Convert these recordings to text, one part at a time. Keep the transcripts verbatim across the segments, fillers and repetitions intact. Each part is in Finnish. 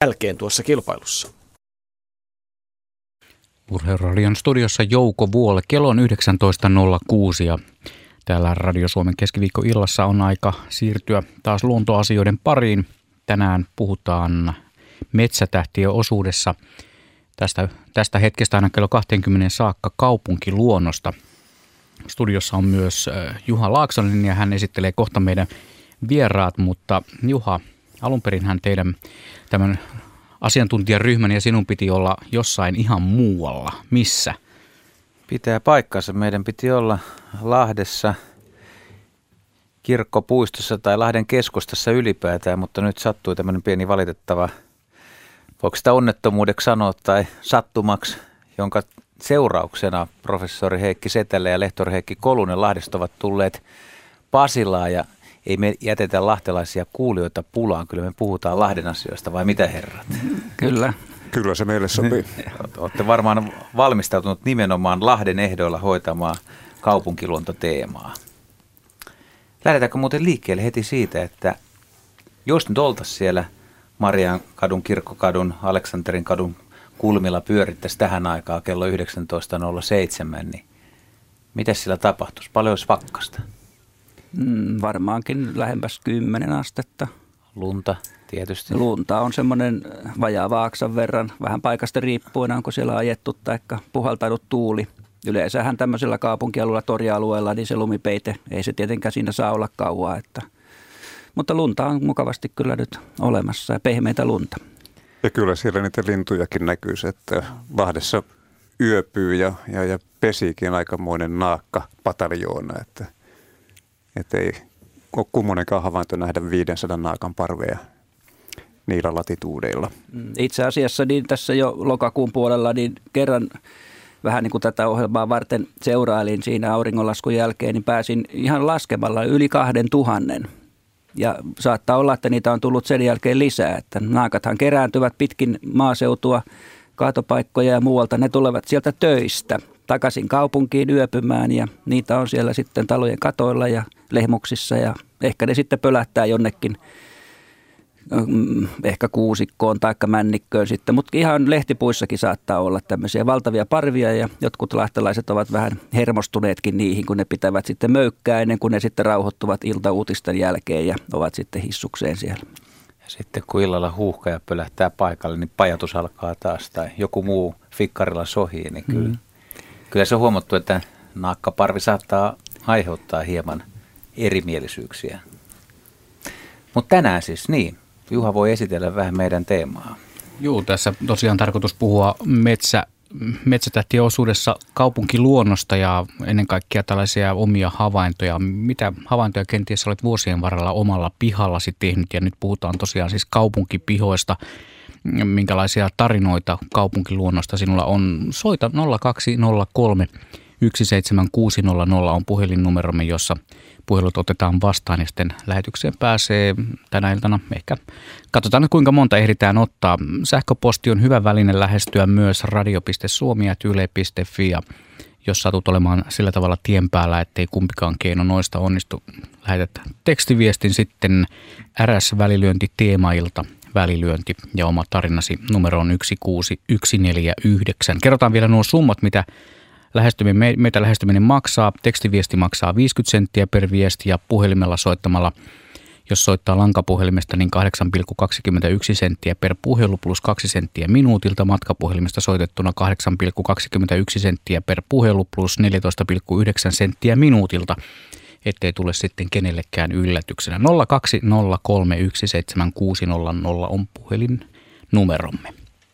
jälkeen tuossa kilpailussa. Urheiluradion studiossa Jouko Vuole. Kello on yhdeksäntoista nolla kuusi ja täällä Radio Suomen keskiviikkoillassa on aika siirtyä taas luontoasioiden pariin. Tänään puhutaan metsätähtien osuudessa tästä, tästä hetkestä aina kello kaksikymmentä saakka kaupunkiluonnosta. Studiossa on myös Juha Laaksonen ja hän esittelee kohta meidän vieraat, mutta Juha, alunperinhän teidän tämän asiantuntijaryhmän ja sinun piti olla jossain ihan muualla. Missä? Pitää paikkansa. Meidän piti olla Lahdessa, Kirkkopuistossa tai Lahden keskustassa ylipäätään, mutta nyt sattui tämmöinen pieni valitettava, voiko sitä onnettomuudeksi sanoa tai sattumaksi, jonka seurauksena professori Heikki Setälä ja lehtori Heikki Kolunen Lahdesta ovat tulleet Pasilaan ja ei me jätetä lahtelaisia kuulijoita pulaan. Kyllä me puhutaan Lahden asioista, vai mitä herrat? Kyllä. Kyllä se meille sopii. Olette varmaan valmistautunut nimenomaan Lahden ehdoilla hoitamaan kaupunkiluontoteemaa. Lähdetäänkö muuten liikkeelle heti siitä, että jos nyt oltaisiin siellä Marian kadun, Kirkkokadun, Aleksanterin kadun kulmilla pyörittäisiin tähän aikaan kello yhdeksäntoista nolla seitsemän, niin mitä sillä tapahtuisi? Paljon olisi pakkasta? Mm, varmaankin lähempäs kymmenen astetta. Lunta tietysti. Lunta on semmoinen vajaa vaaksan verran, vähän paikasta riippuen, onko siellä ajettu tai puhaltanut tuuli. Yleensähän tämmöisellä kaupunkialueella, torialueella, niin se lumipeite, ei se tietenkään siinä saa olla kauaa. Että. Mutta lunta on mukavasti kyllä nyt olemassa ja pehmeitä lunta. Ja kyllä siellä niitä lintujakin näkyy, että Lahdessa yöpyy ja, ja, ja pesiikin aikamoinen naakka pataljoona, että, että ei ole kummonenkaan havainto nähdä viisisataa naakan parveja niillä latituudeilla. Itse asiassa niin tässä jo lokakuun puolella niin kerran vähän niin kuin tätä ohjelmaa varten seurailin siinä auringonlaskun jälkeen, niin pääsin ihan laskemalla yli kahden tuhannen. Ja saattaa olla, että niitä on tullut sen jälkeen lisää, että naakathan kerääntyvät pitkin maaseutua, kaatopaikkoja ja muualta. Ne tulevat sieltä töistä takaisin kaupunkiin yöpymään ja niitä on siellä sitten talojen katoilla ja lehmuksissa ja ehkä ne sitten pölähtää jonnekin ehkä kuusikkoon tai männikköön sitten, mutta ihan lehtipuissakin saattaa olla tämmöisiä valtavia parvia ja jotkut lahtelaiset ovat vähän hermostuneetkin niihin, kun ne pitävät sitten möykkää ennen kuin ne sitten rauhoittuvat iltauutisten jälkeen ja ovat sitten hissukseen siellä. Ja sitten kun illalla huuhkaja pölähtää paikalle, niin pajatus alkaa taas tai joku muu fikkarilla sohii, niin kyllä, mm. kyllä se on huomattu, että naakkaparvi saattaa aiheuttaa hieman erimielisyyksiä. Mutta tänään siis niin. Juha voi esitellä vähän meidän teemaa. Joo, tässä tosiaan tarkoitus puhua metsä, metsätähtien osuudessa kaupunkiluonnosta ja ennen kaikkea tällaisia omia havaintoja. Mitä havaintoja kenties olet vuosien varrella omalla pihallasi tehnyt? Ja nyt puhutaan tosiaan siis kaupunkipihoista. Minkälaisia tarinoita kaupunkiluonnosta sinulla on? Soita nolla kaksi nolla kolme yksi seitsemän kuusi nolla nolla on puhelinnumeromme, jossa puhelut otetaan vastaan ja sitten lähetykseen pääsee tänä iltana. Ehkä katsotaan nyt kuinka monta ehditään ottaa. Sähköposti on hyvä väline lähestyä myös radio piste suomi ät yle piste fi ja jos satut olemaan sillä tavalla tien päällä, ettei kumpikaan keino noista onnistu, lähetät tekstiviestin sitten R S-välilyönti teemailta välilyönti ja oma tarinasi numero on yksi kuusi yksi neljä yhdeksän. Kerrotaan vielä nuo summat, mitä Lähestyminen, meitä lähestyminen maksaa. Tekstiviesti maksaa viisikymmentä senttiä per viesti ja puhelimella soittamalla, jos soittaa lankapuhelimesta, niin kahdeksan pilkku kaksikymmentäyksi senttiä per puhelu plus kaksi senttiä minuutilta. Matkapuhelimesta soitettuna kahdeksan pilkku kaksikymmentäyksi senttiä per puhelu plus neljätoista pilkku yhdeksän senttiä minuutilta, ettei tule sitten kenellekään yllätyksenä. nolla kaksi nolla kolme yksi seitsemän kuusi nolla nolla on puhelinnumeromme.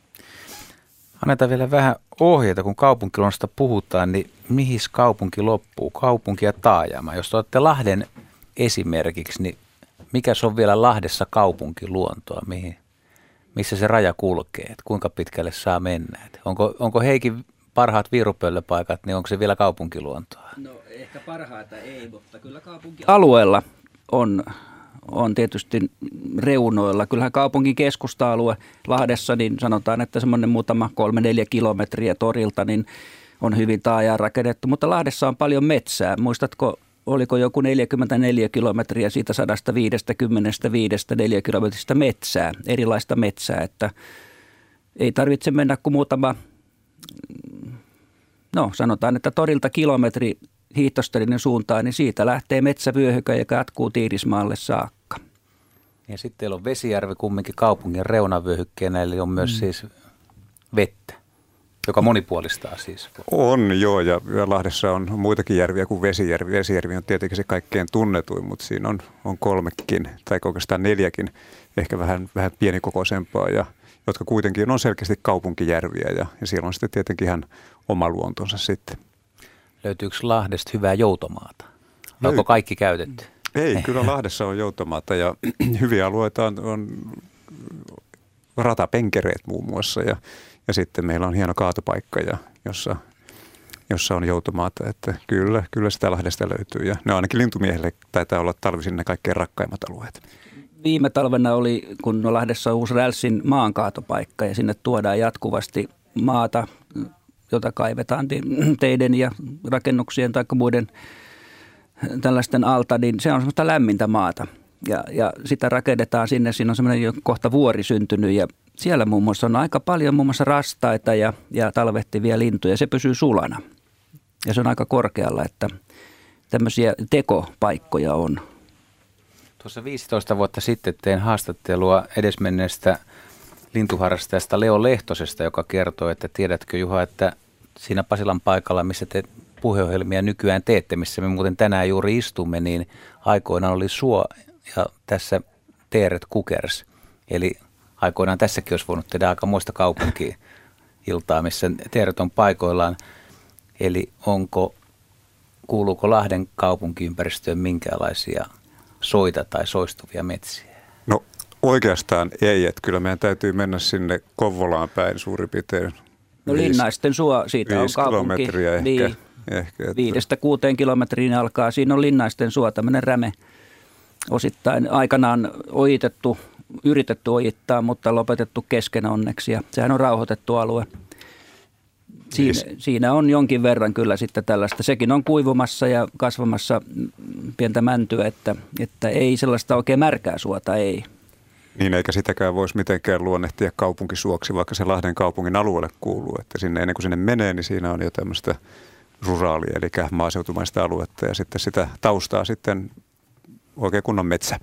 Annetaan vielä vähän ohjeita, kun kaupunkiluonnosta puhutaan, niin mihin kaupunki loppuu? Kaupunki ja taajama. Jos olette Lahden esimerkiksi, niin mikä se on vielä Lahdessa kaupunkiluontoa? Mihin, missä se raja kulkee? Et kuinka pitkälle saa mennä? Et onko, onko Heikin parhaat viirupöllöpaikat, niin onko se vielä kaupunkiluontoa? No ehkä parhaita ei, mutta kyllä kaupunkialueella on... on tietysti reunoilla. Kyllähän kaupungin keskusta-alue Lahdessa, niin sanotaan, että semmoinen muutama kolme neljä kilometriä torilta, niin on hyvin taajaa rakennettu. Mutta Lahdessa on paljon metsää. Muistatko oliko joku neljäkymmentäneljä kilometriä siitä sata viisikymmentäviisi neliökilometristä metsää, erilaista metsää, että ei tarvitse mennä kuin muutama, no sanotaan, että torilta kilometri Hiittostelinen suuntaan, niin siitä lähtee metsävyöhykö, joka jatkuu Tiirismaalle saakka. Ja sitten teillä on Vesijärvi kumminkin kaupungin reunavyöhykkeenä, eli on myös mm. siis vettä, joka monipuolistaa siis. On joo, ja Lahdessa on muitakin järviä kuin Vesijärvi. Vesijärvi on tietenkin se kaikkein tunnetuin, mutta siinä on, on kolmekin, tai oikeastaan neljäkin, ehkä vähän, vähän pienikokoisempaa, ja, jotka kuitenkin on selkeästi kaupunkijärviä, ja, ja siellä on sitten tietenkin ihan oma luontonsa sitten. Löytyykö Lahdesta hyvää joutomaata? Onko kaikki käytetty? Ei, kyllä Lahdessa on joutomaata ja hyviä alueita on, on ratapenkereet muun muassa ja, ja sitten meillä on hieno kaatopaikka, ja, jossa, jossa on joutomaata, että kyllä, kyllä sitä Lahdesta löytyy ja ne ainakin lintumiehelle taitaa olla talvisin ne kaikkein rakkaimmat alueet. Viime talvena oli, kun Lahdessa on uusi Rälssin maankaatopaikka ja sinne tuodaan jatkuvasti maata, jota kaivetaan teiden ja rakennuksien tai muiden tällaisten alta, niin se on semmoista lämmintä maata. Ja, ja sitä rakennetaan sinne, siinä on semmoinen jo kohta vuori syntynyt ja siellä muun muassa on aika paljon muun muassa rastaita ja, ja talvehtivia lintuja. Se pysyy sulana ja se on aika korkealla, että tämmöisiä tekopaikkoja on. Tuossa viisitoista vuotta sitten tein haastattelua edesmenneestä lintuharrastajasta Leo Lehtosesta, joka kertoo, että tiedätkö Juha, että siinä Pasilan paikalla, missä te puheohjelmia nykyään teette, missä me muuten tänään juuri istumme, niin aikoinaan oli suo ja tässä teeret kukers. Eli aikoinaan tässäkin olisi voinut tehdä aika muista kaupunki-iltaa, missä teeret on paikoillaan. Eli onko, kuuluuko Lahden kaupunkiympäristöön minkälaisia soita tai soistuvia metsiä? No oikeastaan ei, että kyllä meidän täytyy mennä sinne Kouvolaan päin suurin piirtein. No Linnaisten suo, siitä on kaupunki. Kilometriä ehkä. Niin, ehkä että. Viidestä kuuteen kilometriin alkaa. Siinä on Linnaisten suo, tämmöinen räme osittain aikanaan ojitettu, yritetty ojittaa, mutta lopetettu kesken onneksi. Ja sehän on rauhoitettu alue. Siinä, siinä on jonkin verran kyllä sitten tällaista. Sekin on kuivumassa ja kasvamassa pientä mäntyä, että, että ei sellaista oikein märkää suota, ei. Niin, eikä sitäkään voisi mitenkään luonnehtia kaupunkisuoksi, vaikka se Lahden kaupungin alueelle kuuluu. Että sinne, ennen kuin sinne menee, niin siinä on jo tämmöistä ruraalia, eli maaseutumaista aluetta ja sitten sitä taustaa sitten oikein kunnon metsä.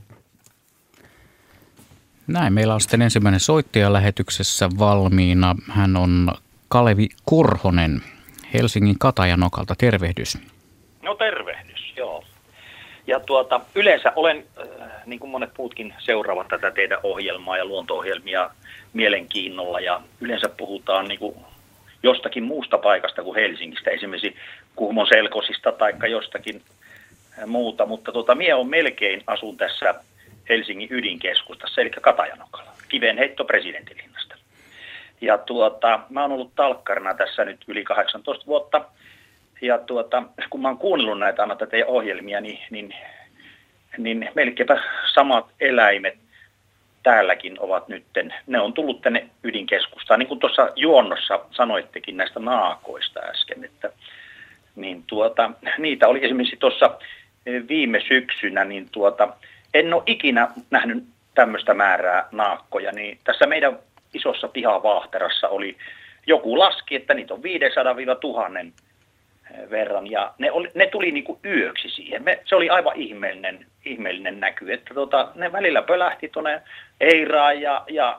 Näin, meillä on sitten ensimmäinen soittaja lähetyksessä valmiina. Hän on Kalevi Korhonen Helsingin Katajanokalta. Tervehdys. No tervehdys, joo. Ja tuota, yleensä olen, äh, niin kuin monet muutkin seuraavat tätä teidän ohjelmaa ja luonto-ohjelmia mielenkiinnolla. Ja yleensä puhutaan niin kuin jostakin muusta paikasta kuin Helsingistä, esimerkiksi Kuhmon Selkosista tai jostakin muuta. Mutta tuota, minä on melkein asun tässä Helsingin ydinkeskustassa, eli Katajanokalla, kivenheitto Presidentinlinnasta. Ja tuota, mä oon ollut talkkarina tässä nyt yli kahdeksantoista vuotta. Ja tuota, kun mä oon kuunnellut näitä aina teidän ohjelmia, niin, niin, niin melkeinpä samat eläimet täälläkin ovat nytten. Ne on tullut tänne ydinkeskustaan, niin kuin tuossa juonnossa sanoittekin näistä naakoista äsken. Että, niin tuota, niitä oli esimerkiksi tuossa viime syksynä, niin tuota, en ole ikinä nähnyt tämmöistä määrää naakkoja. Niin tässä meidän isossa pihavaahterassa oli, joku laski, että niitä on viisisataa tuhatta verran, ja ne, oli, ne tuli niinku yöksi siihen. Me, se oli aivan ihmeellinen, ihmeellinen näky, että tota, ne välillä pölähti tuonne Eiraan, ja, ja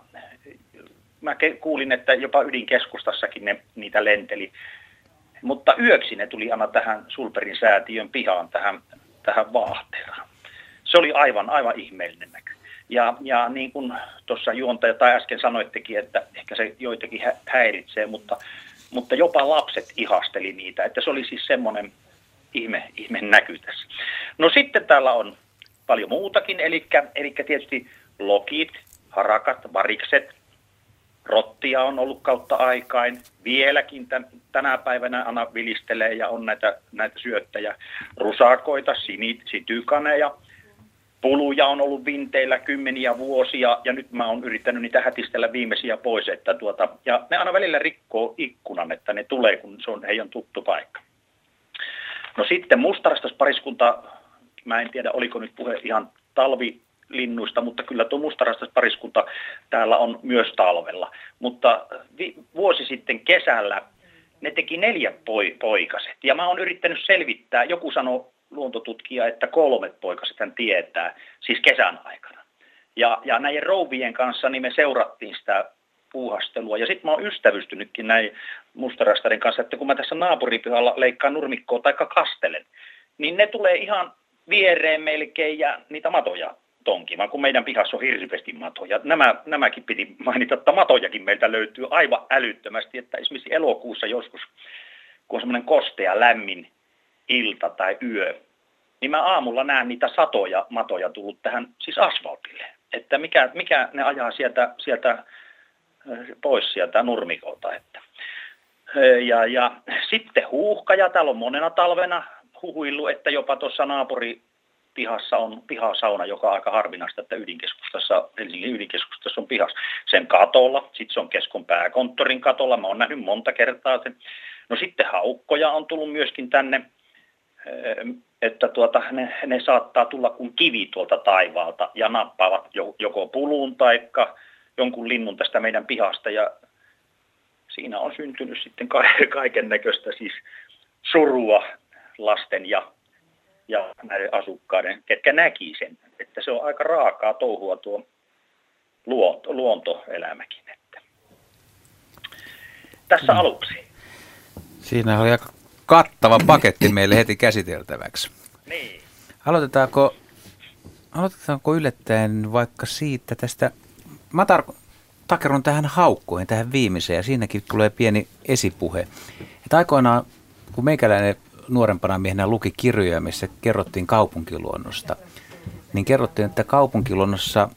mä kuulin, että jopa ydinkeskustassakin ne, niitä lenteli. Mutta yöksi ne tuli aina tähän Sulperin säätiön pihaan, tähän, tähän vaahteraan. Se oli aivan, aivan ihmeellinen näky. Ja, ja niin kuin tuossa juontaja tai äsken sanoittekin, että ehkä se joitakin häiritsee, mutta, mutta jopa lapset ihasteli niitä. Että se oli siis semmoinen ihme, ihme näky tässä. No sitten täällä on paljon muutakin, eli, eli tietysti lokit, harakat, varikset, rottia on ollut kautta aikain. Vieläkin tän, tänä päivänä aina vilistelee ja on näitä, näitä syöttäjä, rusakoita, sinit, sitykaneja. Puluja on ollut vinteillä kymmeniä vuosia ja nyt mä oon yrittänyt niitä hätistellä viimeisiä pois. Että tuota, ja ne aina välillä rikkoo ikkunan, että ne tulee, kun se on heidän tuttu paikka. No sitten mustarastaspariskunta Mä en tiedä, oliko nyt puhe ihan talvilinnuista, mutta kyllä tuo mustarastaspariskunta täällä on myös talvella. Mutta vi- vuosi sitten kesällä ne teki neljä poi- poikaset. Ja mä oon yrittänyt selvittää, joku sanoi luontotutkija, että kolmet poikaset hän tietää, siis kesän aikana. Ja, ja näiden rouvien kanssa niin me seurattiin sitä puuhastelua. Ja sitten mä oon ystävystynytkin näin mustarastarin kanssa, että kun mä tässä naapuripihalla leikkaan nurmikkoa tai kastelen, niin ne tulee ihan viereen melkein ja niitä matoja tonkimaan, kun meidän pihassa on hirveästi matoja. Nämä, nämäkin piti mainita, että matojakin meiltä löytyy aivan älyttömästi, että esimerkiksi elokuussa joskus, kun on semmoinen kostea, lämmin ilta tai yö, niin mä aamulla näen niitä satoja matoja tullut tähän siis asfaltille. Että mikä, mikä ne ajaa sieltä, sieltä pois sieltä nurmikolta. Että. Ja, ja sitten huuhkaja, täällä on monena talvena huhuillut, että jopa tuossa naapuripihassa on pihasauna, joka on aika harvinaista, että ydinkeskustassa, Helsingin ydinkeskustassa on pihas. Sen katolla, sitten se on Keskon pääkonttorin katolla, mä oon nähnyt monta kertaa sen. No sitten haukkoja on tullut myöskin tänne, että tuota, ne, ne saattaa tulla kuin kivi tuolta taivaalta ja nappaavat joko puluun tai jonkun linnun tästä meidän pihasta. Ja siinä on syntynyt sitten kaiken näköistä siis surua lasten ja, ja näiden asukkaiden, ketkä näki sen. Että se on aika raakaa touhua tuo luonto, luontoelämäkin. Että. Tässä mm. aluksi. Siinä oli aika kattava paketti meille heti käsiteltäväksi. Niin. Aloitetaanko, aloitetaanko yllättäen vaikka siitä tästä, mä tar- takerun tähän haukkoihin, tähän viimeiseen, ja siinäkin tulee pieni esipuhe. Että aikoinaan, kun meikäläinen nuorempana miehenä luki kirjoja, missä kerrottiin kaupunkiluonnosta, niin kerrottiin, että kaupunkiluonnossa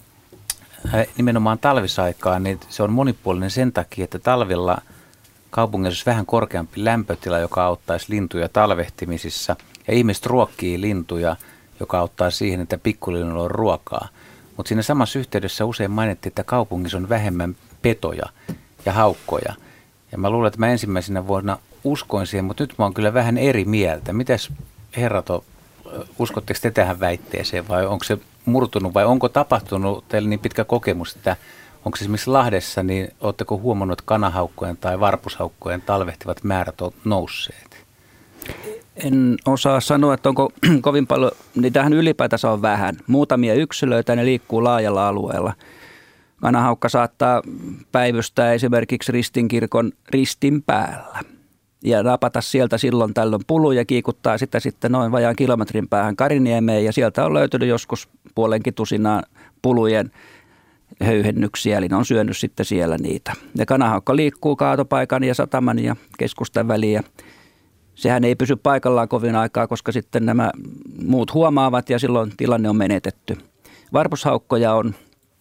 nimenomaan talvisaikaan, niin se on monipuolinen sen takia, että talvella kaupungissa olisi vähän korkeampi lämpötila, joka auttaisi lintuja talvehtimisissa, ja ihmiset ruokkii lintuja, joka auttaa siihen, että pikkulinnuilla on ruokaa. Mutta siinä samassa yhteydessä usein mainittiin, että kaupungissa on vähemmän petoja ja haukkoja. Ja mä luulen, että mä ensimmäisenä vuonna uskoin siihen, mutta nyt mä oon kyllä vähän eri mieltä. Mitäs herrat, uskotteko te tähän väitteeseen vai onko se murtunut vai onko tapahtunut teillä niin pitkä kokemus, että onko esimerkiksi Lahdessa, niin ootteko huomannut, että kanahaukkojen tai varpushaukkojen talvehtivat määrät on nousseet? En osaa sanoa, että onko kovin paljon, niitähän ylipäätänsä on vähän. Muutamia yksilöitä, ne liikkuu laajalla alueella. Kanahaukka saattaa päivystää esimerkiksi Ristinkirkon ristin päällä ja napata sieltä silloin tällöin puluja, kiikuttaa sitä sitten noin vajaan kilometrin päähän Kariniemeen ja sieltä on löytynyt joskus puolenkin tusinaa pulujen höyhennyksiä, eli ne on syönyt sitten siellä niitä. Ja kanahaukka liikkuu kaatopaikan ja sataman ja keskustan väliin. Sehän ei pysy paikallaan kovin aikaa, koska sitten nämä muut huomaavat ja silloin tilanne on menetetty. Varpushaukkoja on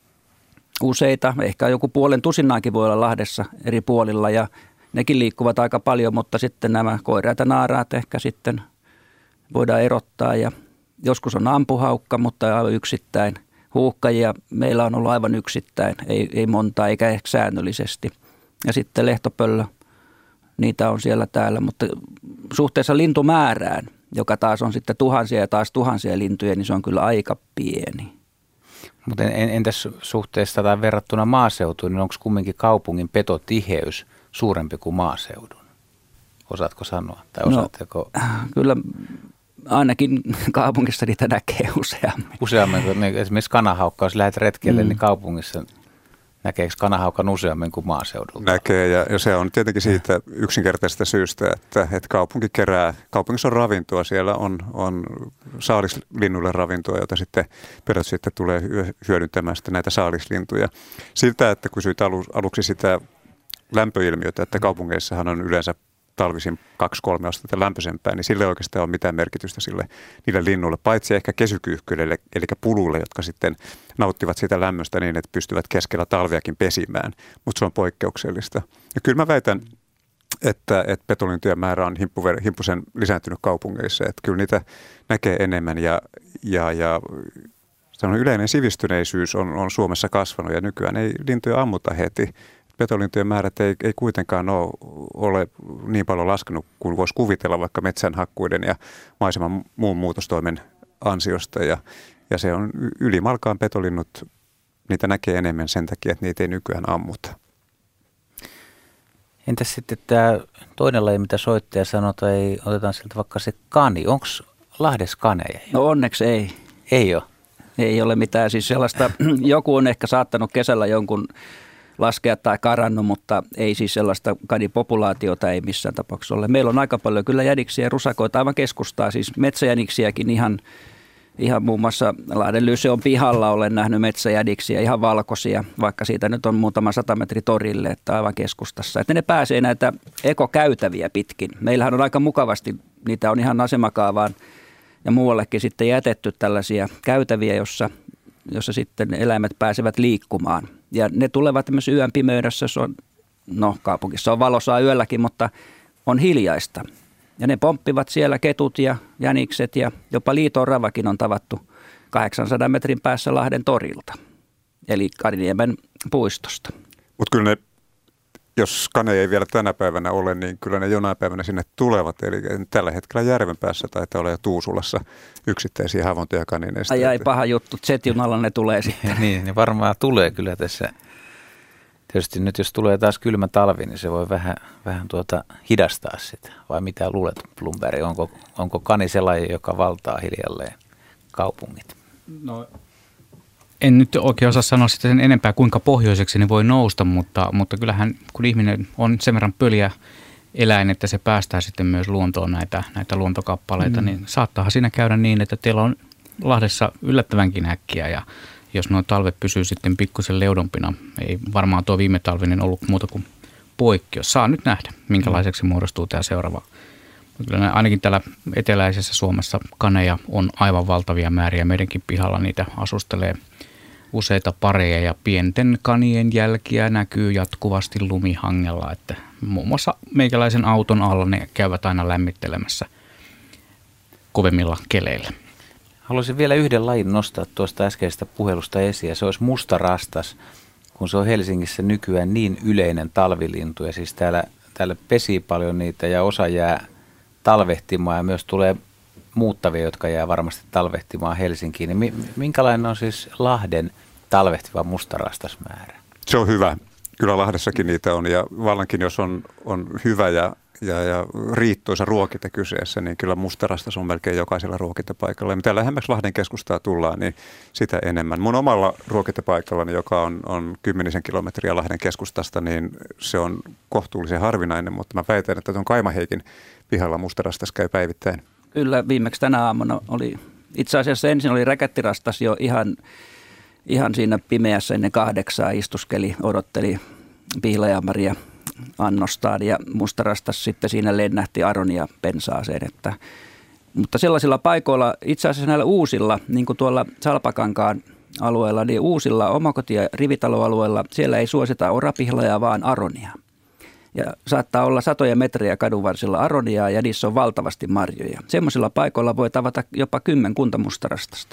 useita, ehkä joku puolen tusinaakin voi olla Lahdessa eri puolilla ja nekin liikkuvat aika paljon, mutta sitten nämä koiraat ja naaraat ehkä sitten voidaan erottaa ja joskus on ampuhaukka, mutta aivan yksittäin. Huuhkajia meillä on ollut aivan yksittäin, ei, ei monta eikä ehkä säännöllisesti. Ja sitten lehtopöllö, niitä on siellä täällä, mutta suhteessa lintumäärään, joka taas on sitten tuhansia ja taas tuhansia lintuja, niin se on kyllä aika pieni. Mutta entäs suhteessa tai verrattuna maaseutuun, niin onko kumminkin kaupungin petotiheys suurempi kuin maaseudun? Osaatko sanoa? Tai osaatteko? No, kyllä ainakin kaupungissa niitä näkee useammin. Useammin, kun esimerkiksi kanahaukka, jos lähdet retkelle, mm. niin kaupungissa näkeekö kanahaukan useammin kuin maaseudulla? Näkee, ja, ja se on tietenkin siitä yksinkertaisesta syystä, että, että kaupunki kerää, kaupungissa on ravintoa, siellä on, on saalislinnuille ravintoa, jota sitten pedot sitten tulee hyödyntämään sitten näitä saalislintuja. Siltä, että kysyit alu, aluksi sitä lämpöilmiötä, että kaupungeissahan on yleensä talvisin kaksi kolme astetta lämpöisempää, niin sille ei oikeastaan ole mitään merkitystä sille niille linnuille, paitsi ehkä kesykyyhkyille, eli puluille, jotka sitten nauttivat sitä lämmöstä niin, että pystyvät keskellä talviakin pesimään, mutta se on poikkeuksellista. Ja kyllä mä väitän, että, että petolintujen määrä on himppusen lisääntynyt kaupungeissa, että kyllä niitä näkee enemmän ja, ja, ja yleinen sivistyneisyys on, on Suomessa kasvanut ja nykyään ei lintuja ammuta heti. Petolintujen määrät ei, ei kuitenkaan ole, ole niin paljon laskenut kuin voisi kuvitella vaikka metsänhakkuiden ja maiseman muun muutostoimen ansiosta ja, ja se on ylimalkaan petolinnut, niitä näkee enemmän sen takia, että niitä ei nykyään ammuta. Entäs sitten tämä toinen laji, mitä soittaja sanoi, tai otetaan sieltä vaikka se kani. Onko Lahdessa kaneja? No onneksi ei. Ei ole? Ei ole mitään. Siis sellaista, joku on ehkä saattanut kesällä jonkun laskea tai karannut, mutta ei siis sellaista kanipopulaatiota ei missään tapauksessa ole. Meillä on aika paljon kyllä jäniksiä ja rusakoita aivan keskustaa, siis metsäjäniksiäkin ihan, ihan muun muassa Lahden Lyseon pihalla olen nähnyt metsäjäniksiä, ihan valkoisia, vaikka siitä nyt on muutama sata metri torille, että aivan keskustassa. Että ne pääsee näitä ekokäytäviä pitkin. Meillähän on aika mukavasti, niitä on ihan asemakaavaan ja muuallekin sitten jätetty tällaisia käytäviä, jossa, jossa sitten eläimet pääsevät liikkumaan. Ja ne tulevat myös yön pimeydessä, se on, no kaupungissa on valosaa yölläkin, mutta on hiljaista. Ja ne pomppivat siellä ketut ja jänikset ja jopa liito-oravakin on tavattu kahdeksansadan metrin päässä Lahden torilta, eli Kariniemen puistosta. Mutta kyllä ne, jos kaneja ei vielä tänä päivänä ole, niin kyllä ne jonain päivänä sinne tulevat. Eli tällä hetkellä järven päässä taitaa olla jo Tuusulassa yksittäisiä havaintoja kanineista. Ai ai, paha juttu, Z-junalla ne tulee sitten. Niin, ne varmaan tulee kyllä tässä. Tietysti nyt jos tulee taas kylmä talvi, niin se voi vähän, vähän tuota hidastaa sitä. Vai mitä luulet, Blomberg? Onko, onko kani sellainen, joka valtaa hiljalleen kaupungit? No, en nyt oikein osaa sanoa sitä sen enempää, kuinka pohjoiseksi ne voi nousta, mutta, mutta kyllähän kun ihminen on sen verran pöliä eläin, että se päästää sitten myös luontoon näitä, näitä luontokappaleita, mm. niin saattaahan siinä käydä niin, että teillä on Lahdessa yllättävänkin äkkiä ja jos nuo talvet pysyy sitten pikkusen leudompina, ei varmaan tuo viime talvinen ollut muuta kuin poikkeus. Saa nyt nähdä, minkälaiseksi muodostuu tämä seuraava. Kyllä ainakin täällä eteläisessä Suomessa kaneja on aivan valtavia määriä. Meidänkin pihalla niitä asustelee useita pareja ja pienten kanien jälkiä näkyy jatkuvasti lumihangella. Että muun muassa meikäläisen auton alla ne käyvät aina lämmittelemässä kovemmilla keleillä. Haluaisin vielä yhden lajin nostaa tuosta äskeisestä puhelusta esiin, ja se olisi mustarastas, kun se on Helsingissä nykyään niin yleinen talvilintu, ja siis täällä, täällä pesii paljon niitä, ja osa jää talvehtimaan, ja myös tulee muuttavia, jotka jää varmasti talvehtimaan Helsinkiin. Niin minkälainen on siis Lahden talvehtiva mustarastasmäärä? Se on hyvä. Kyllä Lahdessakin niitä on, ja vallankin jos on, on hyvä ja Ja, ja riittoisa ruokinta kyseessä, niin kyllä mustarastas on melkein jokaisella ruokintapaikalla. Ja mitä lähemmäksi Lahden keskustaa tullaan, niin sitä enemmän. Mun omalla ruokintapaikallani, joka on, on kymmenisen kilometriä Lahden keskustasta, niin se on kohtuullisen harvinainen, mutta mä väitän, että tuon Kaimaheikin pihalla mustarastas käy päivittäin. Kyllä, viimeksi tänä aamuna oli, itse asiassa ensin oli räkättirastas jo ihan, ihan siinä pimeässä ennen kahdeksaa, istuskeli, odotteli pihlajamaria annostaan ja mustarastas sitten siinä lennähti aronia pensaaseen. Että, mutta sellaisilla paikoilla, itse asiassa näillä uusilla, niin kuin tuolla Salpakankaan alueella, niin uusilla omakoti- ja rivitaloalueilla, siellä ei suosita orapihlajaa, vaan aronia. Ja saattaa olla satoja metriä kadunvarsilla aroniaa ja niissä on valtavasti marjoja. Semmoisilla paikoilla voi tavata jopa kymmenkunta mustarastasta.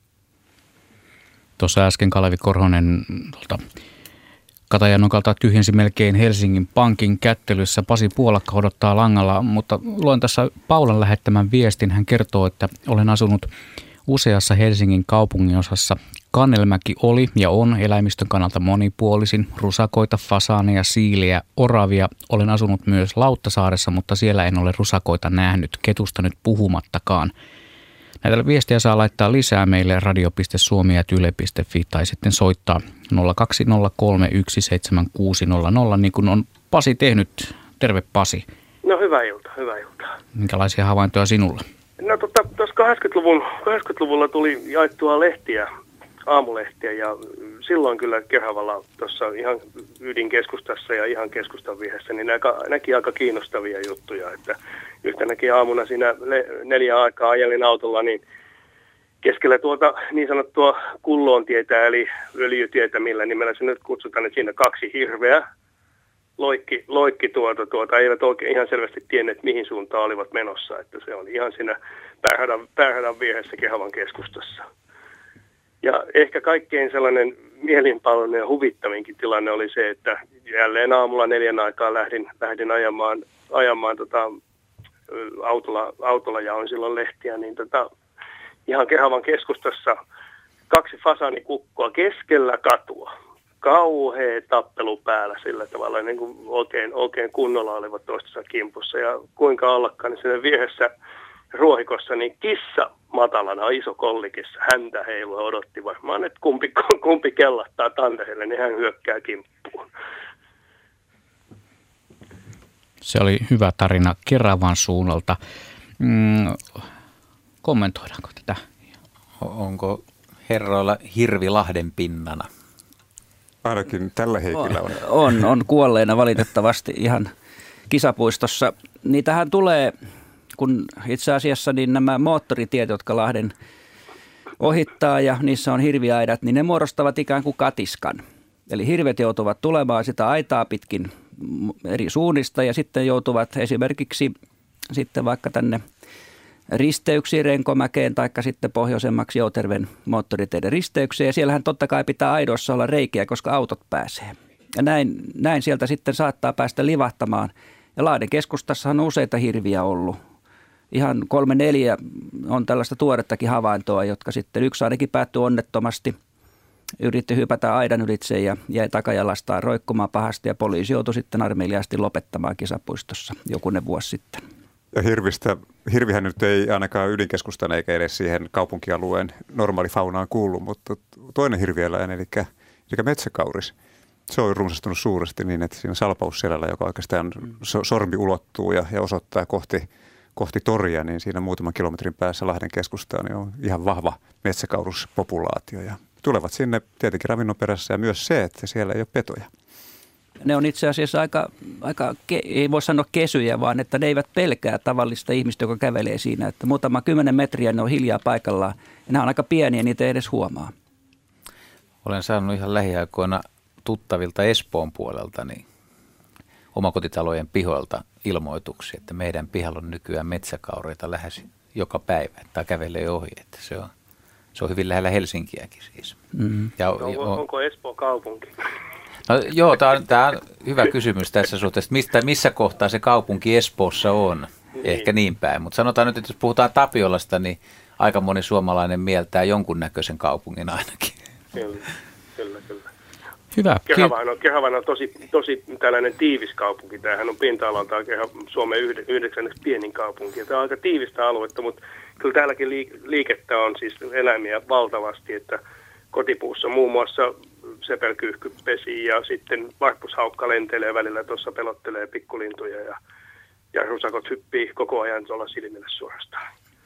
Tuossa äsken Kalevi Korhonen tuolta Katajanokalta tyhjensi melkein Helsingin Pankin kättelyssä. Pasi Puolakka odottaa langalla, mutta luen tässä Paulan lähettämän viestin. Hän kertoo, että olen asunut useassa Helsingin kaupunginosassa. Kannelmäki oli ja on eläimistön kannalta monipuolisin. Rusakoita, fasaaneja, siiliä, oravia. Olen asunut myös Lauttasaaressa, mutta siellä en ole rusakoita nähnyt. Ketusta nyt puhumattakaan. Näitä viestiä saa laittaa lisää meille radio piste suomi ät yle piste fi tai sitten soittaa nolla kaksi nolla kolme yksi seitsemän kuusi nolla nolla, niin kuin on Pasi tehnyt. Terve Pasi. No hyvää iltaa, hyvää iltaa. Minkälaisia havaintoja sinulla? No tuossa tota, kahdeksankymmentäluvun, kahdeksankymmentäluvulla tuli jaettua lehtiä, aamulehtiä ja silloin kyllä Kerhavalla tuossa ihan ydinkeskustassa ja ihan keskustan vieressä, niin näki, näki aika kiinnostavia juttuja, että yhtenäkin aamuna siinä neljä aikaa ajelin autolla, niin keskellä tuota niin sanottua Kulloontietä, eli öljytietä, millä nimellä se nyt kutsutaan, että siinä kaksi hirveä loikki, loikki tuota, tuota, eivät oikein ihan selvästi tienneet, mihin suuntaan olivat menossa, että se oli ihan siinä pääradan, pääradan vieressä Kerhavan keskustassa. Ja ehkä kaikkein sellainen mielinpalloinen ja huvittavinkin tilanne oli se, että jälleen aamulla neljän aikaa lähdin, lähdin ajamaan, ajamaan tota, autolla, autolla jaoin silloin lehtiä, niin tota, ihan Kehavan keskustassa kaksi fasaanikukkoa keskellä katua. Kauhea tappelu päällä sillä tavalla, niin kuin oikein, oikein kunnolla olivat toistensa kimpussa. Ja kuinka ollakaan, niin siinä vieressä ruohikossa, niin kissa matalana, iso kollikissa, häntä heilua odotti varmaan, että kumpi, kumpi kellahtaa tantereille, niin hän hyökkää kimppuun. Se oli hyvä tarina Keravan suunnalta. Mm, kommentoidaanko tätä? Onko herroilla hirvi Lahden pinnana? Ainakin tällä hetkellä on. On, on kuolleena valitettavasti ihan kisapuistossa. Niitähän tulee, kun itse asiassa niin nämä moottoritiet, jotka Lahden ohittaa ja niissä on hirviaidat, niin ne muodostavat ikään kuin katiskan. Eli hirvet joutuvat tulemaan sitä aitaa pitkin eri suunnista ja sitten joutuvat esimerkiksi sitten vaikka tänne risteyksiin Renkomäkeen tai sitten pohjoisemmaksi Jouterven moottoriteiden risteyksiin. Ja siellähän totta kai pitää aidoissa olla reikiä, koska autot pääsee. Ja näin, näin sieltä sitten saattaa päästä livahtamaan. Ja Lahden keskustassahan on useita hirviä ollut. Ihan kolme neljä on tällaista tuorettakin havaintoa, jotka sitten yksi ainakin päättyi onnettomasti. Yritti hypätä aidan ylitse ja jäi takajalastaan roikkumaan pahasti ja poliisi joutui sitten armeiliaasti lopettamaan kisapuistossa jokunen vuosi sitten. Ja hirvistä, hirvihän nyt ei ainakaan ydinkeskustan eikä edes siihen kaupunkialueen normaalifaunaan kuulu, mutta toinen hirvieläin, eli, eli metsäkauris, se on runsastunut suuresti niin, että siinä salpausselällä, joka oikeastaan sormi ulottuu ja, ja osoittaa kohti, kohti toria, niin siinä muutaman kilometrin päässä Lahden keskustaan niin on ihan vahva metsäkauruspopulaatio. Ja tulevat sinne tietenkin ravinnon perässä ja myös se, että siellä ei ole petoja. Ne on itse asiassa aika, aika, ei voi sanoa kesyjä, vaan että ne eivät pelkää tavallista ihmistä, joka kävelee siinä. Että muutama kymmenen metriä ne on hiljaa paikallaan ja nämä on aika pieniä, niitä ei edes huomaa. Olen saanut ihan lähiaikoina tuttavilta Espoon puolelta niin omakotitalojen pihoilta ilmoituksia, että meidän pihalla on nykyään metsäkaureita lähes joka päivä, tai kävelee ohi, että se on, se on hyvin lähellä Helsinkiäkin siis. Mm-hmm. Ja, onko, onko Espoo kaupunki? No, joo, tämä on, tämä on hyvä kysymys tässä suhteessa, mistä, missä kohtaa se kaupunki Espoossa on, niin. Ehkä niin päin. Mutta sanotaan nyt, että jos puhutaan Tapiolasta, niin aika moni suomalainen mieltää jonkunnäköisen kaupungin ainakin. Kyllä, kyllä, kyllä. Hyvä. Kehavahan on, Kehavahan on tosi, tosi tällainen tiivis kaupunki. Tämähän on pinta-alaltaan Suomen yhdeksänneksi pienin kaupunki. Tämä on aika tiivistä aluetta, mutta kyllä täälläkin liikettä on siis eläimiä valtavasti, että kotipuussa muun muassa sepelkyyhky pesii ja sitten varpushaukka lentelee välillä, tuossa pelottelee pikkulintuja ja, ja rusakot hyppii koko ajan tuolla silmille suorastaan.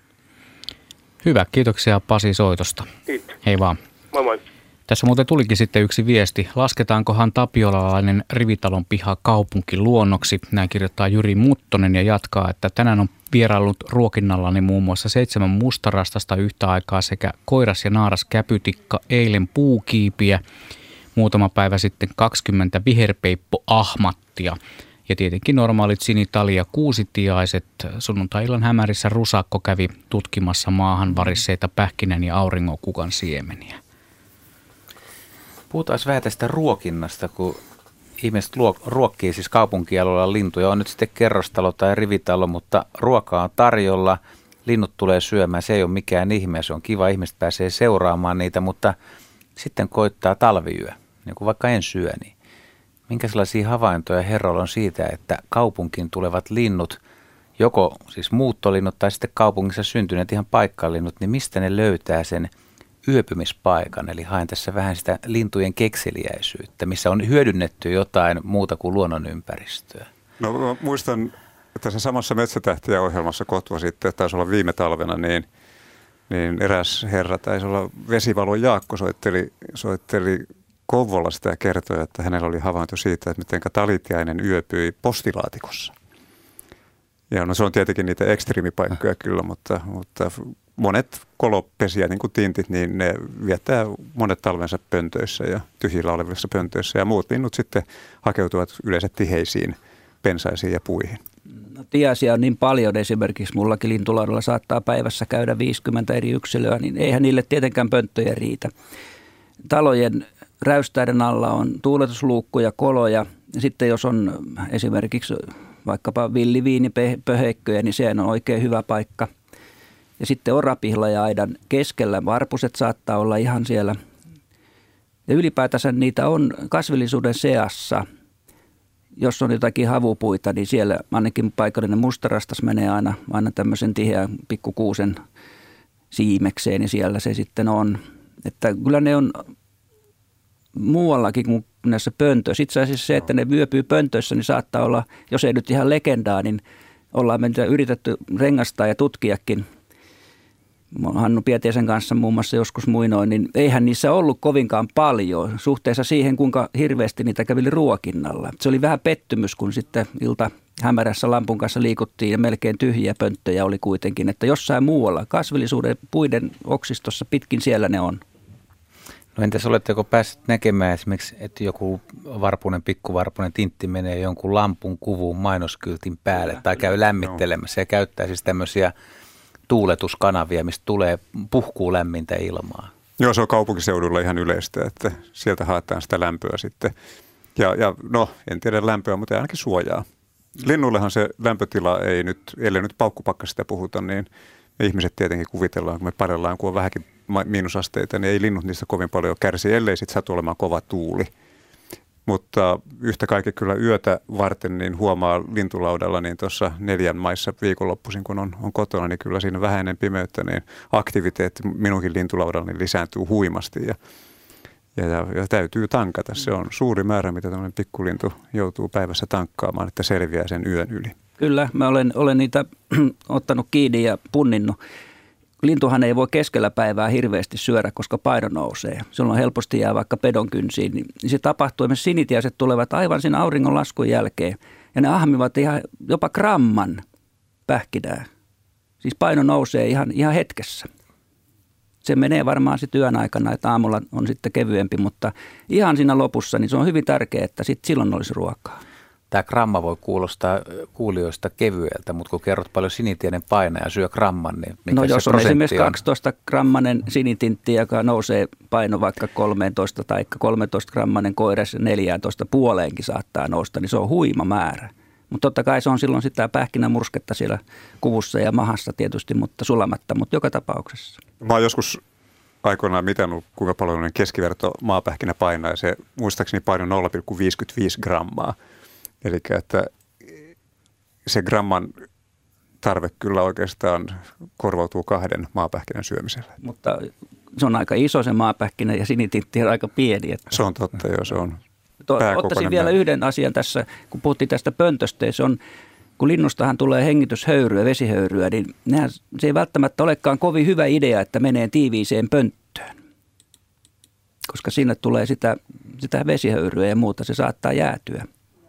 Hyvä, kiitoksia Pasi soitosta. Kiitos. Hei vaan. Moi moi. Tässä muuten tulikin sitten yksi viesti. Lasketaankohan tapiolalainen rivitalon piha kaupunkiluonnoksi? Näin kirjoittaa Jyri Muttonen ja jatkaa, että tänään on vieraillut ruokinnallani muun muassa seitsemän mustarastasta yhtä aikaa sekä koiras- ja naaraskäpytikka, eilen puukiipiä, muutama päivä sitten kaksikymmentä viherpeippo-ahmattia ja tietenkin normaalit sinitali- ja kuusitiaiset. Sunnuntai-illan hämärissä rusakko kävi tutkimassa maahan varisseita pähkinän ja auringonkukan siemeniä. Puhutaan vähän tästä ruokinnasta, kun ihmiset ruokkii siis kaupunkialueella lintuja. On nyt sitten kerrostalo tai rivitalo, mutta ruokaa on tarjolla. Linnut tulee syömään, se ei ole mikään ihme, se on kiva, ihmiset pääsee seuraamaan niitä, mutta sitten koittaa talviyö, niin kuin vaikka ensi yö. Niin minkä sellaisia havaintoja herroilla on siitä, että kaupunkiin tulevat linnut, joko siis muuttolinnut tai sitten kaupungissa syntyneet ihan paikkalinnut, niin mistä ne löytää sen yöpymispaikan, eli haen tässä vähän sitä lintujen kekseliäisyyttä, missä on hyödynnetty jotain muuta kuin luonnonympäristöä. No muistan, että tässä samassa Metsätähtiä-ohjelmassa Kotva sitten, taisi olla viime talvena, niin, niin eräs herra, taisi olla Vesivalon Jaakko, soitteli, soitteli Kouvolasta ja kertoi, että hänellä oli havainto siitä, että miten talitiainen yöpyi postilaatikossa. Ja no se on tietenkin niitä ekstriimipaikkoja kyllä, mutta, mutta monet kolopesiä, niin kuin tintit, niin ne viettää monet talvensa pöntöissä ja tyhjillä olevissa pöntöissä. Ja muut linnut sitten hakeutuvat yleensä tiheisiin pensaisiin ja puihin. No, tiaisia on niin paljon, esimerkiksi mullakin lintulaudalla saattaa päivässä käydä viisikymmentä eri yksilöä, niin eihän niille tietenkään pönttöjä riitä. Talojen räystäiden alla on tuuletusluukkuja, koloja. Ja sitten jos on esimerkiksi vaikkapa villiviinipöheikköjä, niin se on oikein hyvä paikka. Ja sitten orapihlaja-aidan keskellä varpuset saattaa olla ihan siellä. Ja ylipäätänsä niitä on kasvillisuuden seassa. Jos on jotakin havupuita, niin siellä ainakin paikallinen mustarastas menee aina, aina tämmöisen tiheän pikkukuusen siimekseen, niin siellä se sitten on. Että kyllä ne on muuallakin kuin näissä pöntöissä. Itse asiassa se, että ne vyöpyy pöntöissä, niin saattaa olla, jos ei nyt ihan legendaa, niin ollaan me yritetty rengastaa ja tutkiakin. Hannu Pietiäisen kanssa muun muassa joskus muinoin, niin eihän niissä ollut kovinkaan paljon suhteessa siihen, kuinka hirveästi niitä käveli ruokinnalla. Se oli vähän pettymys, kun sitten ilta hämärässä lampun kanssa liikuttiin ja melkein tyhjiä pönttöjä oli kuitenkin, että jossain muualla kasvillisuuden puiden oksistossa pitkin siellä ne on. No entäs oletteko päässeet näkemään esimerkiksi, että joku varpunen, pikkuvarpunen tintti menee jonkun lampun kuvuun mainoskyltin päälle kyllä, tai käy lämmittelemässä ja käyttää siis tämmöisiä tuuletuskanavia, mistä tulee puhkuu lämmintä ilmaa? Joo, se on kaupunkiseudulla ihan yleistä, että sieltä haetaan sitä lämpöä sitten. Ja, ja no, en tiedä lämpöä, mutta ainakin suojaa. Linnullehan se lämpötila ei nyt, ellei nyt paukkupakkasista puhuta, niin ihmiset tietenkin kuvitellaan, kun me parellaan, kun on vähänkin miinusasteita, niin ei linnut niistä kovin paljon kärsi, ellei sitten satu olemaan kova tuuli. Mutta yhtä kaikki kyllä yötä varten niin huomaa lintulaudalla, niin tuossa neljän maissa viikonloppuisin, kun on, on kotona, niin kyllä siinä vähän ennen pimeyttä, niin aktiviteetti minunkin lintulaudalla niin lisääntyy huimasti ja, ja, ja, ja täytyy tankata. Se on suuri määrä, mitä tämmöinen pikkulintu joutuu päivässä tankkaamaan, että selviää sen yön yli. Kyllä, mä olen, olen niitä ottanut kiinni ja punninnut. Lintuhan ei voi keskellä päivää hirveästi syödä, koska paino nousee. Silloin helposti jää vaikka pedon kynsiin. Niin se tapahtuu, esimerkiksi sinitiaiset tulevat aivan siinä auringon laskun jälkeen. Ja ne ahmivat ihan jopa gramman pähkinää. Siis paino nousee ihan, ihan hetkessä. Se menee varmaan sitten yön aikana, että aamulla on sitten kevyempi, mutta ihan siinä lopussa niin se on hyvin tärkeää, että sit silloin olisi ruokaa. Tämä gramma voi kuulostaa kuulijoista kevyeltä, mutta kun kerrot paljon sinitiainen paino ja syö gramman, niin mikä no se jos on prosentti esimerkiksi on? kaksitoista grammanen sinitintti, joka nousee paino vaikka kolmetoista tai kolmetoista grammanen koiras neljätoista puoleenkin saattaa nousta, niin se on huima määrä. Mutta totta kai se on silloin sitä pähkinämursketta siellä kuvussa ja mahassa tietysti, mutta sulamatta, mutta joka tapauksessa. Mä oon joskus aikoinaan mitannut, kuinka paljon keskiverto maapähkinä painaa, ja se muistaakseni paino nolla pilkku viisikymmentäviisi grammaa. Eli että se gramman tarve kyllä oikeastaan korvautuu kahden maapähkinän syömisellä. Mutta se on aika iso se maapähkinä ja sinitintti on aika pieni. Että se on totta, joo, se on pääkokoinen. Ottaisin vielä määrä. yhden asian tässä, kun puhuttiin tästä pöntöstä. Se on, kun linnustahan tulee hengityshöyryä, vesihöyryä, niin nehän, se ei välttämättä olekaan kovin hyvä idea, että menee tiiviiseen pönttöön. Koska sinne tulee sitä, sitä vesihöyryä ja muuta, se saattaa jäätyä.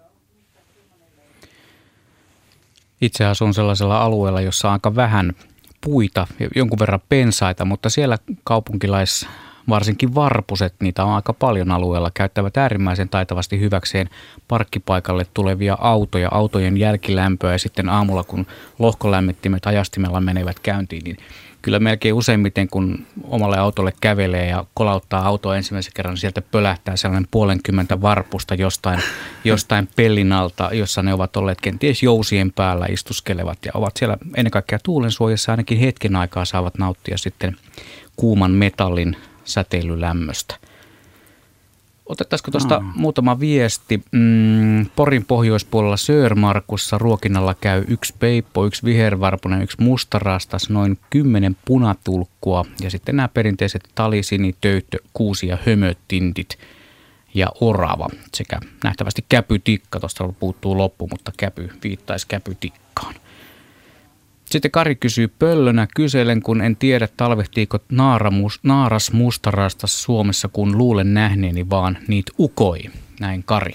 Itse asun sellaisella alueella, jossa on aika vähän puita, jonkun verran pensaita, mutta siellä kaupunkilais, varsinkin varpuset, niitä on aika paljon alueella, käyttävät äärimmäisen taitavasti hyväkseen parkkipaikalle tulevia autoja, autojen jälkilämpöä ja sitten aamulla, kun lohkolämmittimet ajastimella menevät käyntiin, niin kyllä melkein useimmiten, kun omalle autolle kävelee ja kolauttaa autoa ensimmäisen kerran, niin sieltä pölähtää sellainen puolenkymmentä varpusta jostain, jostain pellin alta, jossa ne ovat olleet kenties jousien päällä, istuskelevat ja ovat siellä ennen kaikkea tuulensuojassa ainakin hetken aikaa saavat nauttia sitten kuuman metallin säteilylämmöstä. Otettaisiko tuosta mm. muutama viesti? Mm, Porin pohjoispuolella Sörmarkussa ruokinnalla käy yksi peippo, yksi vihervarpunen, yksi mustarastas, noin kymmenen punatulkkua ja sitten nämä perinteiset tali, sini, töyttö, kuusi ja hömötintit ja orava sekä nähtävästi käpytikka. Tuosta puuttuu loppu, mutta käpy viittaisi käpytikkaan. Sitten Kari kysyy pöllönä, kyselen, kun en tiedä talvehtiiko naaramus, naaras mustarastas Suomessa, kun luulen nähneeni vaan niitä ukoi. Näin Kari.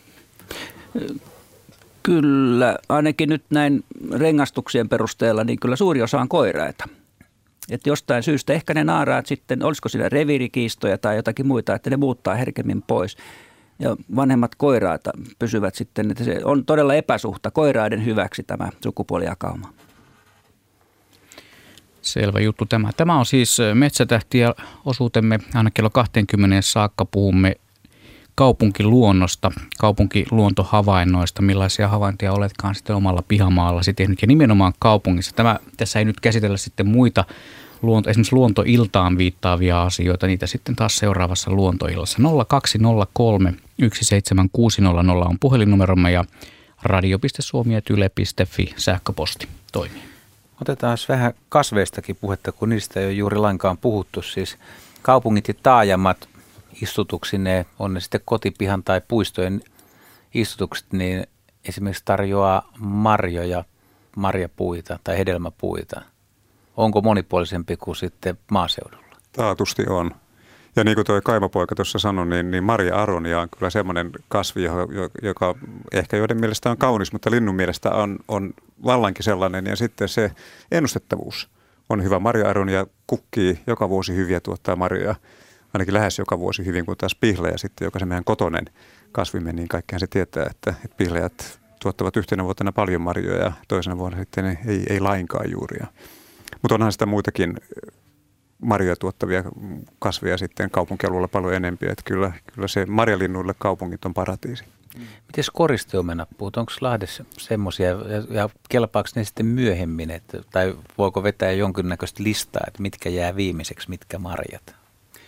Kyllä, ainakin nyt näin rengastuksien perusteella, niin kyllä suuri osa on koiraita. Että jostain syystä ehkä ne naaraat sitten, olisiko siinä reviirikiistoja tai jotakin muita, että ne muuttaa herkemmin pois. Ja vanhemmat koiraat pysyvät sitten, että se on todella epäsuhta koiraiden hyväksi tämä sukupuolijakauma. Selvä juttu tämä. Tämä on siis Metsätähtiä osuutemme. Aina kello kaksikymmentä saakka puhumme kaupunkiluonnosta, kaupunkiluontohavainnoista, millaisia havaintoja oletkaan sitten omalla pihamaallasi tehnyt ja nimenomaan kaupungissa. Tämä, tässä ei nyt käsitellä sitten muita luonto, esimerkiksi luontoiltaan viittaavia asioita, niitä sitten taas seuraavassa luontoillassa. nolla kaksi nolla kolme yksi seitsemän kuusi nolla nolla on puhelinnumeromme ja radio piste suomi ät yle piste fi sähköposti toimii. Otetaan vähän kasveistakin puhetta, kun niistä ei ole juuri lainkaan puhuttu. Siis kaupungit ja taajamat istutuksineen, on ne sitten kotipihan tai puistojen istutukset, niin esimerkiksi tarjoaa marjoja, marjapuita tai hedelmäpuita. Onko monipuolisempi kuin sitten maaseudulla? Taatusti on. Ja niin kuin tuo Kaimapoika tuossa sanoi, niin, niin marja aronia on kyllä semmoinen kasvi, joka ehkä joiden mielestä on kaunis, mutta linnun mielestä on, on vallankin sellainen. Ja sitten se ennustettavuus on hyvä. Marja aronia kukkii joka vuosi hyviä, tuottaa marjoja, ainakin lähes joka vuosi hyvin, kun taas pihlejä sitten, joka se meidän kotonen kasvimme, niin kaikkihan se tietää, että, että pihlejät tuottavat yhtenä vuotena paljon marjoja ja toisena vuonna sitten ei, ei lainkaan juuria. Mutta onhan sitä muitakin marjoja tuottavia kasveja sitten kaupunkialueella paljon enempiä. Että kyllä, kyllä se marjalinnuille kaupungit on paratiisi. Miten koristeomenat puhut? Onko Lahdessa semmoisia ja, ja kelpaako ne sitten myöhemmin? Että, tai voiko vetää jonkinnäköistä listaa, että mitkä jää viimeiseksi, mitkä marjat?